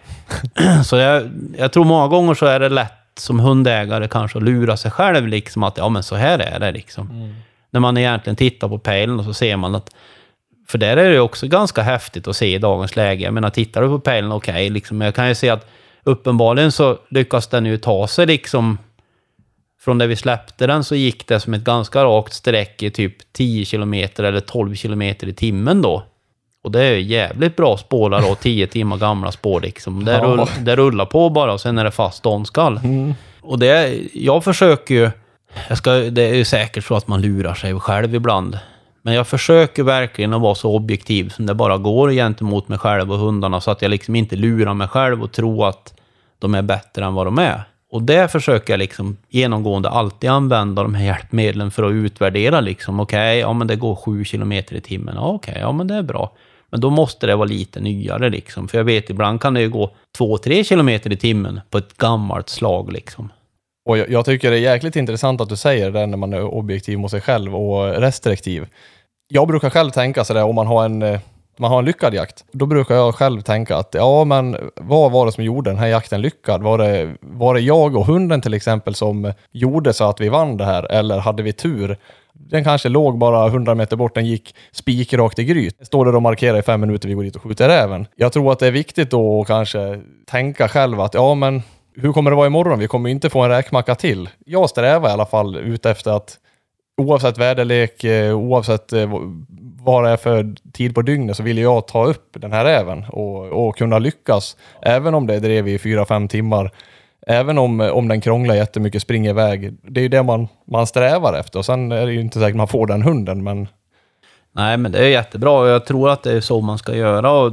Så jag, jag tror många gånger så är det lätt som hundägare kanske att lura sig själv liksom att ja men så här är det liksom. Mm. När man egentligen tittar på pejlen och så ser man att, för där är det också ganska häftigt att se i dagens läge. Jag menar, tittar du på pejlen, okej, okay, liksom, jag kan ju se att uppenbarligen så lyckas den ju ta sig liksom. Från där vi släppte den så gick det som ett ganska rakt streck i typ tio kilometer eller tolv kilometer i timmen då. Och det är jävligt bra spårar då, tio timmar gamla spår liksom. Det, rull, det rullar på bara och sen är det fast ståndskall. Mm. Och det, jag försöker ju, jag ska, det är ju säkert så att man lurar sig själv ibland. Men jag försöker verkligen att vara så objektiv som det bara går gentemot mig själv och hundarna, så att jag liksom inte lurar mig själv och tror att de är bättre än vad de är. Och det försöker jag liksom genomgående alltid använda de här hjälpmedlen för att utvärdera liksom. Okej, okay, ja men det går sju kilometer i timmen. Ja, okej, okay, ja men det är bra. Men då måste det vara lite nyare liksom. För jag vet, ibland kan det ju gå två tre kilometer i timmen på ett gammalt slag liksom. Och jag, jag tycker det är jäkligt intressant att du säger det när man är objektiv mot sig själv och restriktiv. Jag brukar själv tänka så där, om man har en... man har en lyckad jakt, då brukar jag själv tänka att ja men vad var det som gjorde den här jakten lyckad? Var det, var det jag och hunden till exempel som gjorde så att vi vann det här, eller hade vi tur? Den kanske låg bara hundra meter bort, den gick spikrakt i gryt. Står där och markerar i fem minuter, vi går dit och skjuter räven. Jag tror att det är viktigt då att kanske tänka själv att ja men hur kommer det vara imorgon? Vi kommer inte få en räkmacka till. Jag strävar i alla fall ut efter att oavsett väderlek, oavsett vad det är för tid på dygnet, så vill jag ta upp den här räven och, och kunna lyckas. Även om det drev i fyra fem timmar. Även om, om den krånglar jättemycket, springer iväg. Det är ju det man, man strävar efter. Och sen är det ju inte säkert man får den hunden, men... Nej, men det är jättebra. Jag tror att det är så man ska göra. Och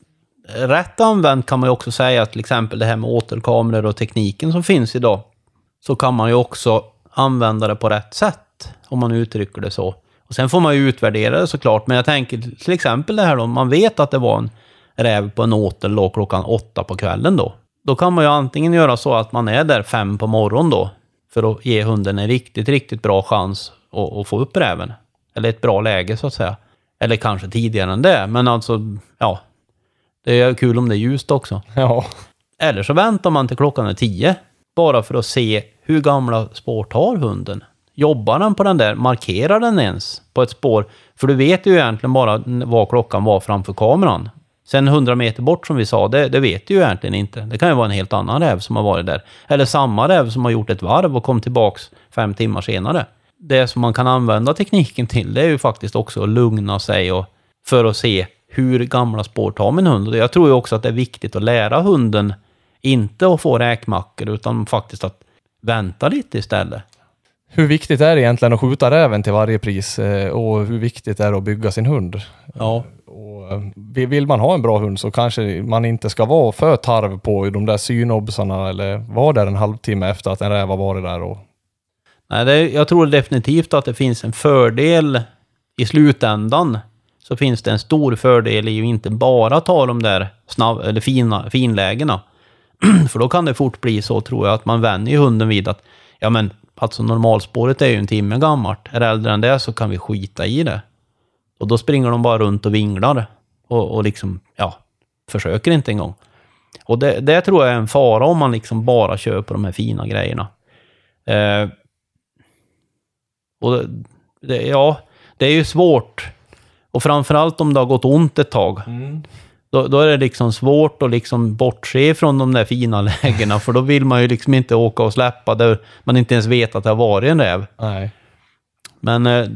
rätt använt kan man ju också säga att till exempel det här med återkameror och tekniken som finns idag, så kan man ju också använda det på rätt sätt, om man uttrycker det så. Och sen får man ju utvärdera det såklart. Men jag tänker till exempel det här då, man vet att det var en räv på en åter då klockan åtta på kvällen då. Då kan man ju antingen göra så att man är där fem på morgon då, för att ge hunden en riktigt, riktigt bra chans att, att få upp räven. Eller ett bra läge så att säga. Eller kanske tidigare än det. Men alltså, ja. Det är kul om det är ljust också. Ja. Eller så väntar man till klockan är tio. Bara för att se hur gamla spår tar hunden. Jobbar den på den där? Markerar den ens på ett spår? För du vet ju egentligen bara vad klockan var framför kameran. Sen hundra meter bort som vi sa, det, det vet du ju egentligen inte. Det kan ju vara en helt annan räv som har varit där. Eller samma räv som har gjort ett varv och kom tillbaks fem timmar senare. Det som man kan använda tekniken till, det är ju faktiskt också att lugna sig och för att se hur gamla spår tar min hund. Och jag tror ju också att det är viktigt att lära hunden inte att få räkmackor, utan faktiskt att vänta lite istället. Hur viktigt är det egentligen att skjuta räven till varje pris, och hur viktigt är det att bygga sin hund? Ja. Och vill man ha en bra hund så kanske man inte ska vara för tarv på de där synobsarna eller vara där en halvtimme efter att en räv har varit där. Och... Nej, det, jag tror definitivt att det finns en fördel i slutändan. Så finns det en stor fördel i att inte bara ta de där snabb, eller fina, finlägena. För då kan det fort bli så, tror jag, att man vänjer hunden vid att ja men alltså normalspåret är ju en timme gammalt. Är det äldre än det så kan vi skita i det. Och då springer de bara runt och vinglar. Och, och liksom, ja, försöker inte en gång. Och det, det tror jag är en fara om man liksom bara köper de här fina grejerna. Eh, och det, ja, det är ju svårt. Och framförallt om det har gått ont ett tag. Mm. Då, då är det liksom svårt att liksom bortse från de där fina lägena. För då vill man ju liksom inte åka och släppa där man inte ens vet att det har varit en räv. Nej. Men eh,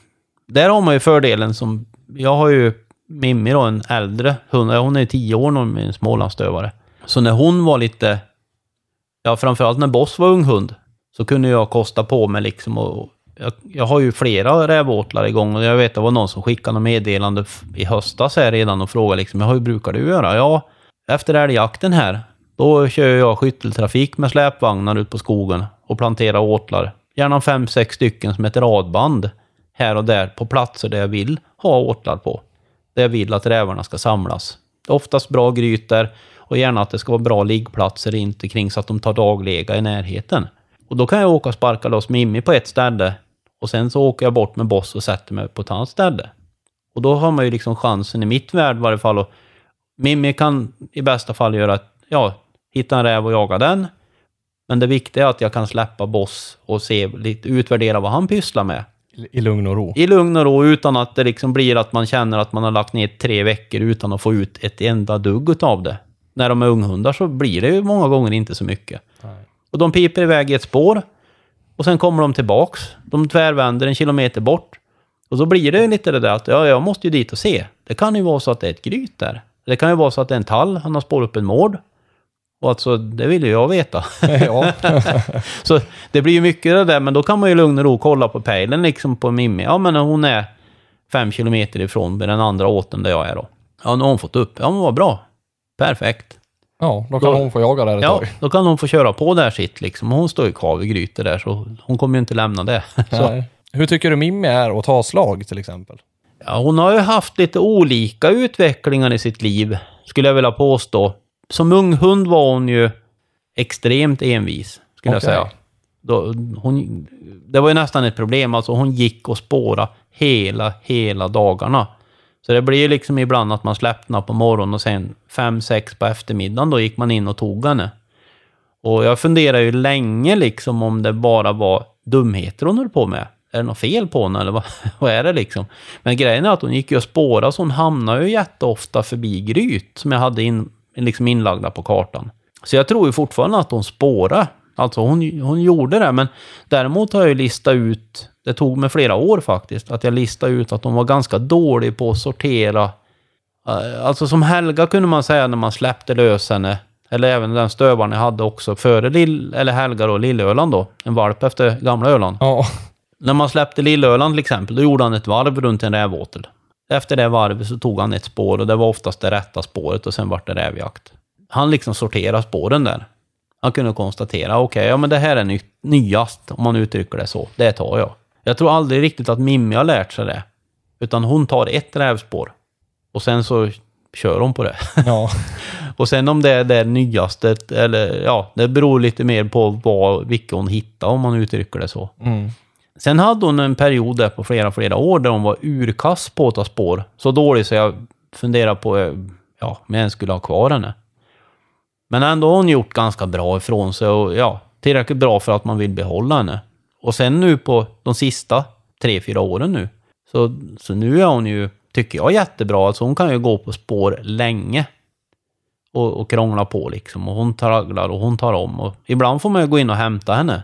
där har man ju fördelen som... Jag har ju Mimmi då, en äldre hund. Hon är tio år nu med en smålandsstövare. Så när hon var lite... Ja, framförallt när Boss var ung hund. Så kunde jag kosta på mig liksom och... Jag, jag har ju flera rävåtlar igång och jag vet att det var någon som skickade en meddelande f- i höstas här redan och frågade liksom, hur brukar du göra? Ja, efter älgjakten här, då kör jag skytteltrafik med släpvagnar ut på skogen och planterar åtlar. Gärna fem, sex stycken som ett radband här och där på platser där jag vill ha åtlar på. Där jag vill att rävarna ska samlas. Oftast bra grytor och gärna att det ska vara bra liggplatser inte kring så att de tar daglega i närheten. Och då kan jag åka och sparka loss Mimmi på ett ställe. Och sen så åker jag bort med Boss och sätter mig på ett annat ställe. Och då har man ju liksom chansen i mitt värld i varje fall. Och Mimmi kan i bästa fall göra att, ja, hitta en räv och jaga den. Men det viktiga är att jag kan släppa Boss och se lite, utvärdera vad han pysslar med. I lugn och ro. I lugn och ro, utan att det liksom blir att man känner att man har lagt ner tre veckor utan att få ut ett enda dugg av det. När de är unghundar så blir det ju många gånger inte så mycket. Nej. Och de piper iväg i ett spår. Och sen kommer de tillbaks. De tvärvänder en kilometer bort. Och så blir det lite det där att ja, jag måste ju dit och se. Det kan ju vara så att det är ett gryt där. Det kan ju vara så att det är en tall. Han har spårat upp en mård. Och alltså, det vill ju jag veta. Ja. Så det blir ju mycket det där. Men då kan man ju lugna och ro kolla på pejlen liksom på Mimmi. Ja, men hon är fem kilometer ifrån med den andra åten där jag är då. Ja, nu har hon fått upp. Ja, men vad bra. Perfekt. Ja, då kan då, hon få jaga där ett ja, tag. Då kan hon få köra på där sitt liksom. Hon står ju kvar vid grytor där så hon kommer ju inte lämna det. Så. Hur tycker du Mimmi är att ta slag till exempel? Ja, hon har ju haft lite olika utvecklingar i sitt liv, skulle jag vilja påstå. Som ung hund var hon ju extremt envis, skulle okay. jag säga. Då, hon, det var ju nästan ett problem, alltså hon gick och spåra hela, hela dagarna. Så det blir ju liksom ibland att man släppte på morgonen och sen fem, sex på eftermiddagen då gick man in och tog henne. Och jag funderar ju länge liksom om det bara var dumheter hon höll på med. Är det något fel på henne eller vad, vad är det liksom? Men grejen är att hon gick ju och spårade så hon hamnade ju jätteofta förbi gryt som jag hade in, liksom inlagda på kartan. Så jag tror ju fortfarande att hon spårar. Alltså hon, hon gjorde det, men däremot har jag ju listat ut, det tog mig flera år faktiskt, att jag listade ut att hon var ganska dålig på att sortera. Alltså som Helga kunde man säga när man släppte lös henne, eller även den stövaren jag hade också före Lill, eller Helga då, Lillöland då, en valp efter gamla Öland. Ja. När man släppte Lillöland till exempel, då gjorde han ett varv runt en rävåtel. Efter det varvet så tog han ett spår och det var oftast det rätta spåret och sen var det rävjakt. Han liksom sorterade spåren där. Han kunde konstatera, okej, okay, ja men det här är ny, nyast, om man uttrycker det så. Det tar jag. Jag tror aldrig riktigt att Mimmi har lärt sig det. Utan hon tar ett rävspår. Och sen så kör hon på det. Ja. Och sen om det är det nyaste, eller ja, det beror lite mer på vad, vilka hon hittar, om man uttrycker det så. Mm. Sen hade hon en period där på flera, flera år där hon var urkass på att ta spår. Så dålig så jag funderar på, ja, om jag ens skulle ha kvar henne. Men ändå har hon gjort ganska bra ifrån sig och ja, tillräckligt bra för att man vill behålla henne. Och sen nu på de sista tre, fyra åren nu, så, så nu är hon ju, tycker jag, jättebra. Alltså hon kan ju gå på spår länge och, och krångla på liksom. Och hon tragglar och hon tar om. Och ibland får man ju gå in och hämta henne.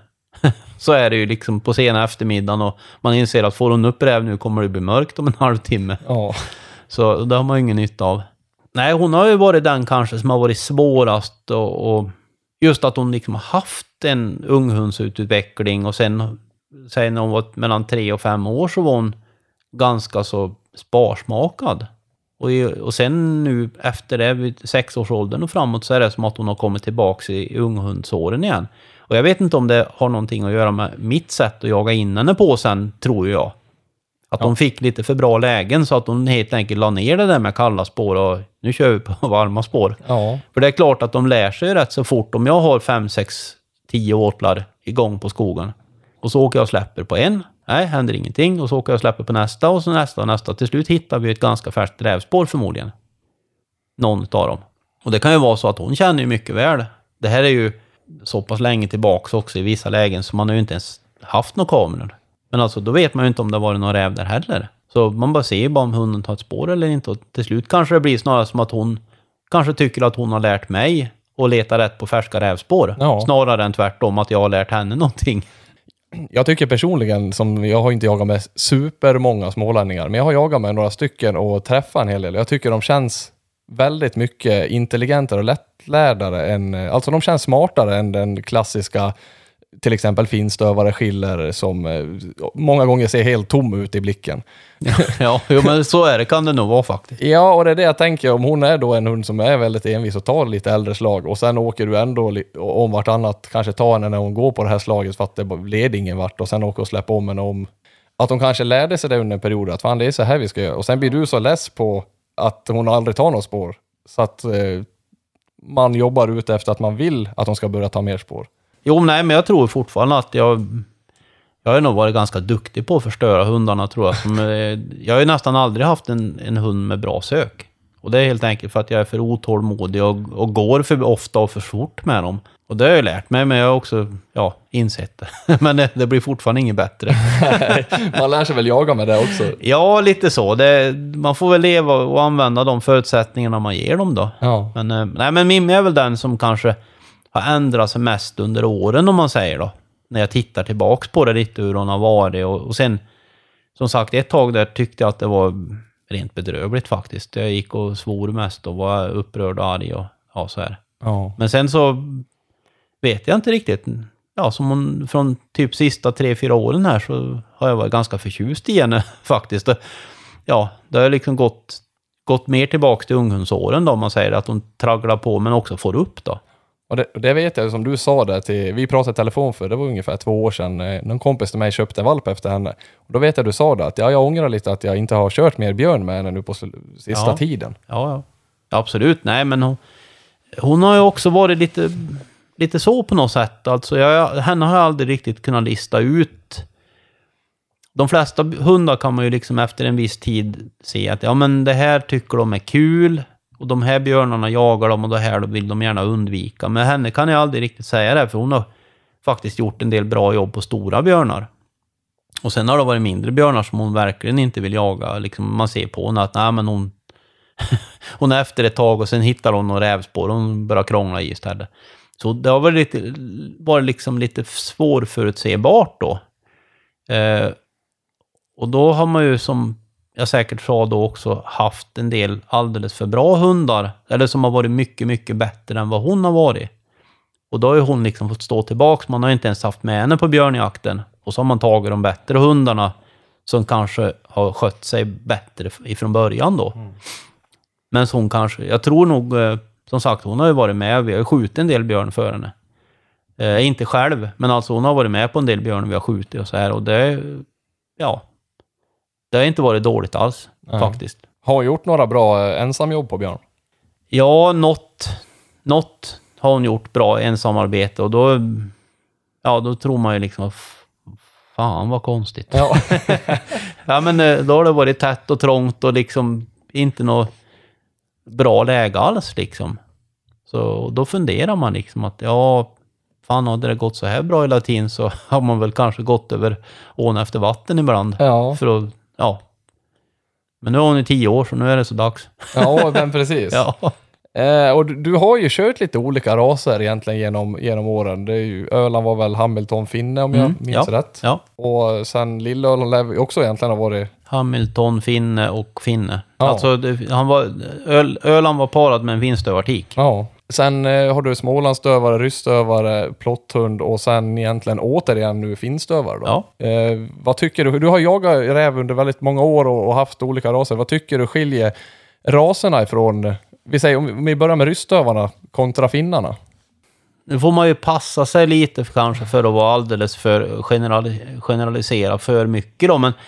Så är det ju liksom på sena eftermiddagen och man inser att får hon upp räv nu kommer det bli mörkt om en halvtimme. Ja. Så det har man ju ingen nytta av. Nej, hon har ju varit den kanske som har varit svårast och, och just att hon liksom har haft en unghundsutveckling och sen, sen när hon var mellan tre och fem år så var hon ganska så sparsmakad. Och, och sen nu efter det, vid sexårsåldern och framåt, så är det som att hon har kommit tillbaka i unghundsåren igen. Och jag vet inte om det har någonting att göra med mitt sätt att jaga in henne på sen, tror jag. Att ja. de fick lite för bra lägen så att hon helt enkelt la ner det där med kalla spår och nu kör vi på varma spår. Ja. För det är klart att de lär sig rätt så fort. Om jag har fem, sex, tio åtlar igång på skogen och så åker jag och släpper på en. Nej, händer ingenting. Och så åker jag och släpper på nästa och så nästa och nästa. Till slut hittar vi ett ganska färskt rävspår förmodligen. Någon av dem. Och det kan ju vara så att hon känner ju mycket väl. Det här är ju så pass länge tillbaka också i vissa lägen så man har ju inte ens haft några kameror. Men alltså då vet man ju inte om det var någon räv där heller. Så man bara ser bara om hunden tar ett spår eller inte. Och till slut kanske det blir snarare som att hon kanske tycker att hon har lärt mig att leta rätt på färska rävspår. Ja. Snarare än tvärtom att jag har lärt henne någonting. Jag tycker personligen, som jag har inte jagat med supermånga smålänningar, men jag har jagat med några stycken och träffat en hel del. Jag tycker de känns väldigt mycket intelligentare och lättlärdare än, alltså de känns smartare än den klassiska, till exempel finstövare skiller som eh, många gånger ser helt tom ut i blicken. Ja, jo, men så är det, kan det nog vara faktiskt. Ja, och det är det jag tänker, om hon är då en hund som är väldigt envis och tar lite äldre slag och sen åker du ändå li- om vartannat, kanske tar henne när hon går på det här slaget för att det leder ingen vart och sen åker och släpper om henne om att hon kanske lärde sig det under en period att fan det är så här vi ska göra och sen blir du så less på att hon aldrig tar något spår så att eh, man jobbar ut efter att man vill att hon ska börja ta mer spår. Jo, nej, men jag tror fortfarande att jag jag har nog varit ganska duktig på att förstöra hundarna, tror jag. Som, jag har ju nästan aldrig haft en, en hund med bra sök. Och det är helt enkelt för att jag är för otålmodig och, och går för ofta och för fort med dem. Och det har jag lärt mig, men jag har också ja, insett det. Men det, det blir fortfarande inget bättre. Man lär sig väl jaga med det också? Ja, lite så. Det, man får väl leva och använda de förutsättningarna man ger dem då. Ja. Men, nej, men Mimmi är väl den som kanske har ändrat sig mest under åren, om man säger då. När jag tittar tillbaks på det lite hur hon har varit. Och, och sen, som sagt, ett tag där tyckte jag att det var rent bedrövligt faktiskt. Jag gick och svor mest och var upprörd och arg och ja, så här. Ja. Men sen så vet jag inte riktigt. Ja, som hon, från typ sista tre, fyra åren här så har jag varit ganska förtjust i henne faktiskt. Ja, det har liksom gått, gått mer tillbaks till unghundsåren då, om man säger att hon tragglar på men också får upp då. Och det, det vet jag, som du sa där till, vi pratade i telefon för, det var ungefär två år sedan, någon kompis till mig köpte en valp efter henne. Och då vet jag du sa det, att ja, jag ångrar lite att jag inte har kört mer björn med henne nu på sista ja. tiden. Ja, ja, absolut. Nej, men hon, hon har ju också varit lite, lite så på något sätt. Alltså, jag, henne har jag aldrig riktigt kunnat lista ut. De flesta hundar kan man ju liksom efter en viss tid se att ja, men det här tycker de är kul. Och de här björnarna jagar dem och det här vill de gärna undvika. Men henne kan jag aldrig riktigt säga det. För hon har faktiskt gjort en del bra jobb på stora björnar. Och sen har det varit mindre björnar som hon verkligen inte vill jaga. Liksom man ser på henne att nej, men hon, hon är efter ett tag och sen hittar hon några rävspår och hon börjar krångla i istället. Så det har varit lite, varit liksom lite svårförutsebart då. Eh, och då har man ju, som jag säkert sa då också, haft en del alldeles för bra hundar. Eller som har varit mycket, mycket bättre än vad hon har varit. Och då har ju hon liksom fått stå tillbaka. Man har inte ens haft med henne på björnjakten. Och så har man tagit de bättre hundarna som kanske har skött sig bättre ifrån början då. Mm. Men hon kanske, jag tror nog, som sagt, hon har ju varit med. Vi har ju skjutit en del björn för henne. Eh, inte själv, men alltså hon har varit med på en del björn vi har skjutit och så här. Och det, ja, det har inte varit dåligt alls, mm. faktiskt. Har gjort några bra ensamjobb på björn? Ja, något, något har hon gjort bra ensamarbete. Och då, ja, då tror man ju liksom, fan vad konstigt. Ja. Ja, men då har det varit tätt och trångt och liksom inte något bra läge alls liksom. Så då funderar man liksom att ja, fan, hade det gått så här bra hela tiden så har man väl kanske gått över ån efter vatten ibland. Ja. För att, ja. Men nu har hon i tio år så nu är det så dags. Ja, men precis. Ja. Eh, och du, du har ju kört lite olika raser egentligen genom, genom åren. Det är ju, Öland var väl Hamilton Finne om jag mm, minns ja, rätt. Ja. Och sen Lillöland lär också egentligen ha varit... Hamilton, Finne och Finne. Ja. Alltså det, han var, Öl, Öland var parad med en vinstövartik. Ja. Sen eh, har du smålandsstövare, ryssstövare, plotthund och sen egentligen återigen nu finstövare då. Ja. Eh, vad tycker du? Du har jagat räv under väldigt många år och, och haft olika raser. Vad tycker du skiljer raserna ifrån... Vi säger om vi börjar med rysstövarna kontra finnarna. Nu får man ju passa sig lite för, kanske för att vara alldeles för general, generalisera för mycket då, men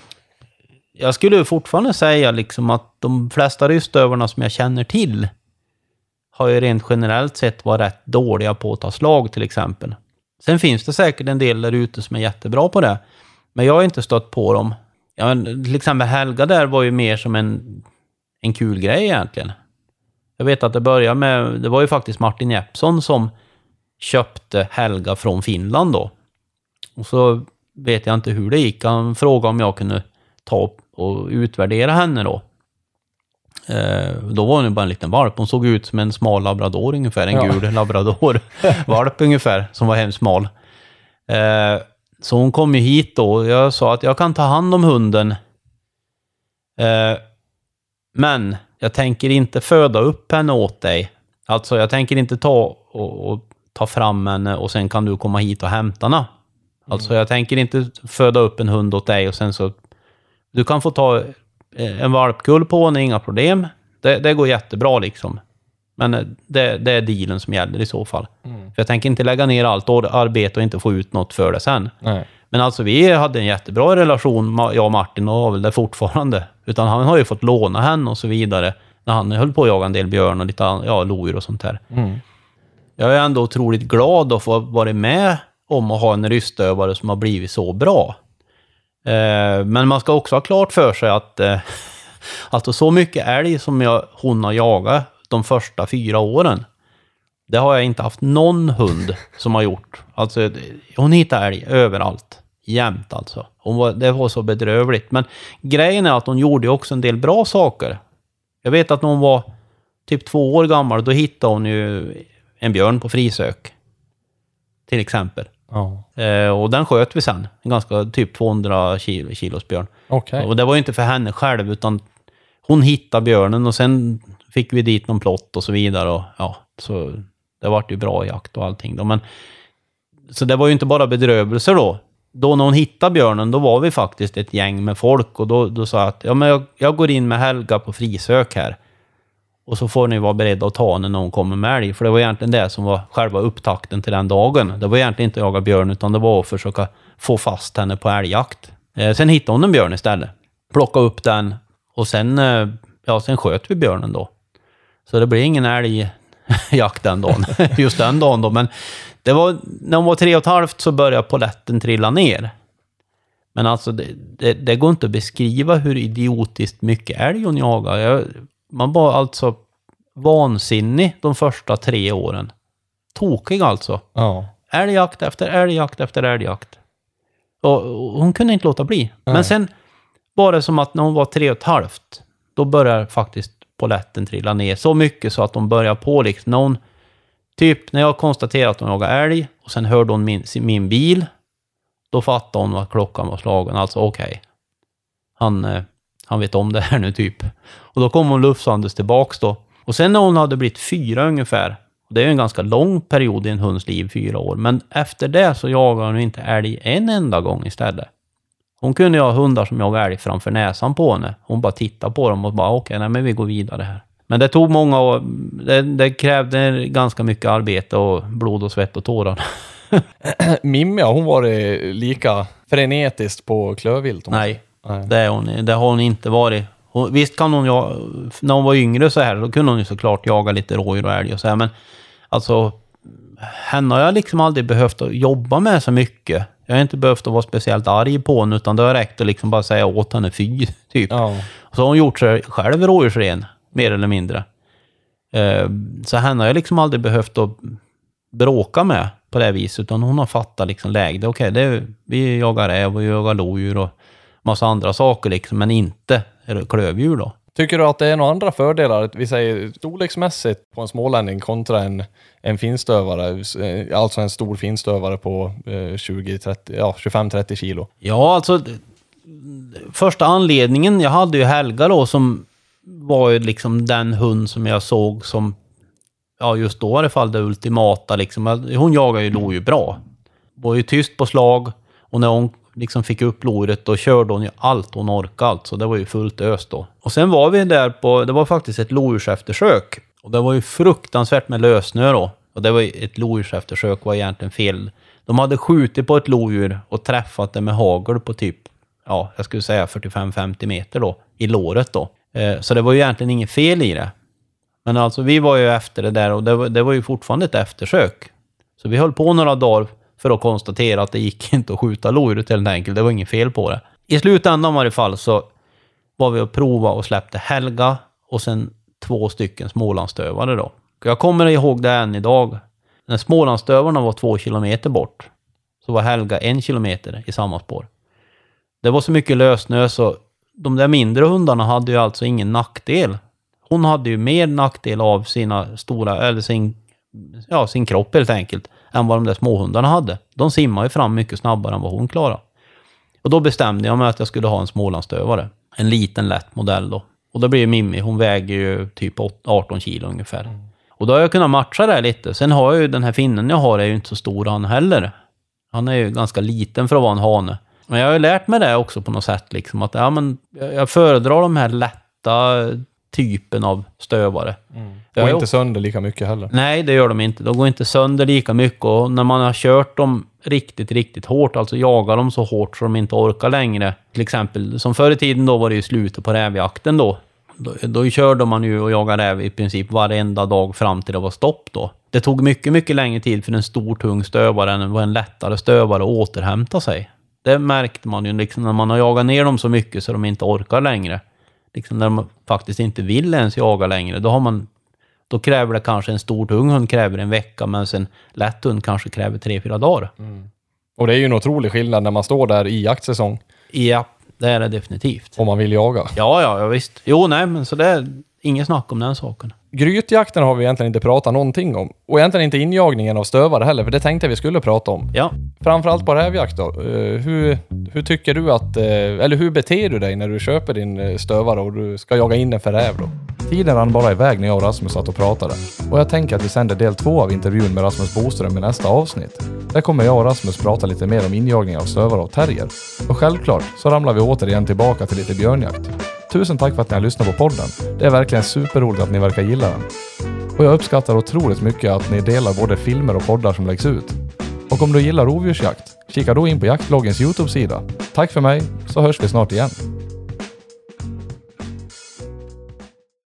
jag skulle ju fortfarande säga liksom att de flesta rysstövarna som jag känner till har ju rent generellt sett varit rätt dåliga på att ta slag till exempel. Sen finns det säkert en del där ute som är jättebra på det, men jag har inte stött på dem. Ja, till exempel Helga där var ju mer som en, en kul grej egentligen. Jag vet att det började med, det var ju faktiskt Martin Jeppsson som köpte Helga från Finland då. Och så vet jag inte hur det gick. Han frågade om jag kunde ta och utvärdera henne då. Eh, då var hon ju bara en liten valp. Hon såg ut som en smal labrador ungefär. En ja. gul labrador valp ungefär som var hemskt smal. Eh, så hon kom ju hit då och jag sa att jag kan ta hand om hunden. Eh, men jag tänker inte föda upp henne åt dig. Alltså jag tänker inte ta och, och ta fram henne och sen kan du komma hit och hämta henne. Alltså mm. jag tänker inte föda upp en hund åt dig och sen så... Du kan få ta en valpkull på henne, inga problem. Det, det går jättebra liksom. Men det, det är dealen som gäller i så fall. Mm. För jag tänker inte lägga ner allt arbete och inte få ut något för det sen. Nej. Men alltså vi hade en jättebra relation, jag och Martin, och har väl det fortfarande. Utan han har ju fått låna henne och så vidare. När han höll på att jaga en del björn och lite ja, lodjur och sånt här. Mm. Jag är ändå otroligt glad att få vara med om att ha en ryssstövare som har blivit så bra. Eh, men man ska också ha klart för sig att eh, alltså så mycket älg som jag, hon har jagat de första fyra åren. Det har jag inte haft någon hund som har gjort. Alltså hon hittar älg överallt. Jämt alltså. Hon var, det var så bedrövligt. Men grejen är att hon gjorde också en del bra saker. Jag vet att när hon var typ två år gammal, då hittade hon ju en björn på frisök. Till exempel. Oh. Eh, och den sköt vi sen. En ganska typ tvåhundra kilo, kilos björn. Okay. Och det var ju inte för henne själv, utan hon hittade björnen och sen fick vi dit någon plott och så vidare. Och, ja, så det var ju bra jakt och allting då. Men, så det var ju inte bara bedrövelser då. Då när hon hittade björnen, då var vi faktiskt ett gäng med folk. Och då, då sa jag att ja, men jag, jag går in med Helga på frisök här. Och så får ni vara beredda att ta henne när hon kommer med älg. För det var egentligen det som var själva upptakten till den dagen. Det var egentligen inte att jaga björn, utan det var att försöka få fast henne på älgjakt. Eh, sen hittade hon en björn istället. Plocka upp den och sen, eh, ja, sen sköt vi björnen då. Så det blev ingen älgjakt den dagen. Just den dagen då. Men det var, när hon var tre och ett halvt så började poletten trilla ner. Men alltså det, det, det går inte att beskriva hur idiotiskt mycket älg hon jagar. Jag, man var alltså vansinnig de första tre åren. Tokig alltså. Ja. Älgjakt efter älgjakt efter älgjakt. Och, och hon kunde inte låta bli. Nej. Men sen var det som att när hon var tre och ett halvt, då började faktiskt poletten trillar ner. Så mycket så att de börjar på liksom. Någon, typ när jag konstaterade att de jagar älg och sen hörde hon min, min bil. Då fattade hon att klockan var slagen. Alltså okej. Okay. Han, eh, han vet om det här nu typ. Och då kom hon lufsandes tillbaks då. Och sen när hon hade blivit fyra ungefär. Det är ju en ganska lång period i en hunds liv, fyra år. Men efter det så jagar hon inte älg en enda gång istället. Hon kunde ju ha hundar som jagar älg framför näsan på henne. Hon bara tittade på dem och bara okej, okay, nej men vi går vidare här. Men det tog många år. Det, det krävde ganska mycket arbete och blod och svett och tårar. Mimja, hon var lika frenetiskt på klövvilt? Nej, nej. Det, är hon, det har hon inte varit. Hon, visst kan hon ja, när hon var yngre så här, då kunde hon ju såklart jaga lite rådjur och älg och så här, men alltså henne har jag liksom aldrig behövt att jobba med så mycket. Jag har inte behövt att vara speciellt arg på henne, utan det har räckt att liksom bara säga åt henne fy, typ. Ja. Och så har hon gjort sig själv rådjursren, mer eller mindre. Uh, så henne har jag liksom aldrig behövt att bråka med på det viset, utan hon har fattat liksom läge. Okej, okay, vi jagar räv och vi jagar lodjur och massa andra saker liksom, men inte klövdjur då. Tycker du att det är några andra fördelar, vi säger storleksmässigt på en smålänning kontra en, en finstövare, alltså en stor finstövare på eh, tjugo trettio, ja, tjugofem trettio kilo? Ja, alltså första anledningen, jag hade ju Helga då som var ju liksom den hund som jag såg som, ja just då i alla fall det ultimata liksom. Hon jagar ju lodjur bra. Var ju tyst på slag och när hon liksom fick upp lodjuret då körde hon ju allt hon orkade, så det var ju fullt ös då. Och sen var vi där på, det var faktiskt ett lodjurseftersök och det var ju fruktansvärt med lösnö då. Och det var ju ett lodjurseftersök var egentligen fel. De hade skjutit på ett lodjur och träffat det med hagel på typ, ja jag skulle säga fyrtiofem femtio meter då i låret då. Eh, så det var ju egentligen inget fel i det. Men alltså vi var ju efter det där och det var, det var ju fortfarande ett eftersök. Så vi höll på några dagar för att konstatera att det gick inte att skjuta lodjuret helt enkelt. Det var inget fel på det. I slutändan i varje fall så var vi och prova och släppte Helga och sen två stycken smålandsstövare då. Jag kommer ihåg det än idag. När smålandstövarna var två kilometer bort så var Helga en kilometer i samma spår. Det var så mycket lösnö så de där mindre hundarna hade ju alltså ingen nackdel. Hon hade ju mer nackdel av sina stora, eller sin, ja, sin kropp helt enkelt, än vad de där småhundarna hade. De simmar ju fram mycket snabbare än vad hon klarade. Och då bestämde jag mig att jag skulle ha en smålandsstövare. En liten lätt modell då. Och då blir Mimmi, hon väger ju typ arton kilo ungefär. Mm. Och då har jag kunnat matcha det lite. Sen har jag ju den här finnen jag har är ju inte så stor han heller. Han är ju ganska liten för att vara en hane. Men jag har ju lärt mig det också på något sätt liksom. Att ja, men jag föredrar de här lätta typen av stövare. Mm. Det går inte sönder lika mycket heller. Nej, det gör de inte. De går inte sönder lika mycket. Och när man har kört dem riktigt, riktigt hårt, alltså jagar dem så hårt så de inte orkar längre. Till exempel, som förr i tiden då var det ju slutet på rävjakten då. Då, då körde man ju och jagade räv i princip varenda dag fram till det var stopp då. Det tog mycket, mycket längre tid för en stor, tung stövare än var en lättare stövare att återhämta sig. Det märkte man ju liksom när man har jagat ner dem så mycket så de inte orkar längre. Liksom när de faktiskt inte vill ens jaga längre, då har man, då kräver det kanske en stor tung hund kräver en vecka, men sen lätt hund kanske kräver tre, fyra dagar. Mm. Och det är ju en otrolig skillnad när man står där i jaktsäsong. Ja, det är det definitivt. Om man vill jaga. Ja, ja, ja visst. Jo, nej, men så det är ingen snack om den saken. Grytjakten har vi egentligen inte pratat någonting om. Och egentligen inte injagningen av stövare heller, för det tänkte vi skulle prata om. Ja. Framförallt på rävjakt då. Uh, hur, hur tycker du att, uh, eller hur beter du dig när du köper din stövare och du ska jaga in den för räv då? Tiden rann bara iväg när jag och Rasmus satt och pratade. Och jag tänker att vi sänder del två av intervjun med Rasmus Boström i nästa avsnitt. Där kommer jag och Rasmus prata lite mer om injagning av stövare och terrier. Och självklart så ramlar vi återigen tillbaka till lite björnjakt. Tusen tack för att ni har lyssnat på podden. Det är verkligen superroligt att ni verkar gilla den. Och jag uppskattar otroligt mycket att ni delar både filmer och poddar som läggs ut. Och om du gillar rovdjursjakt, kika då in på jaktbloggens YouTube-sida. Tack för mig, så hörs vi snart igen.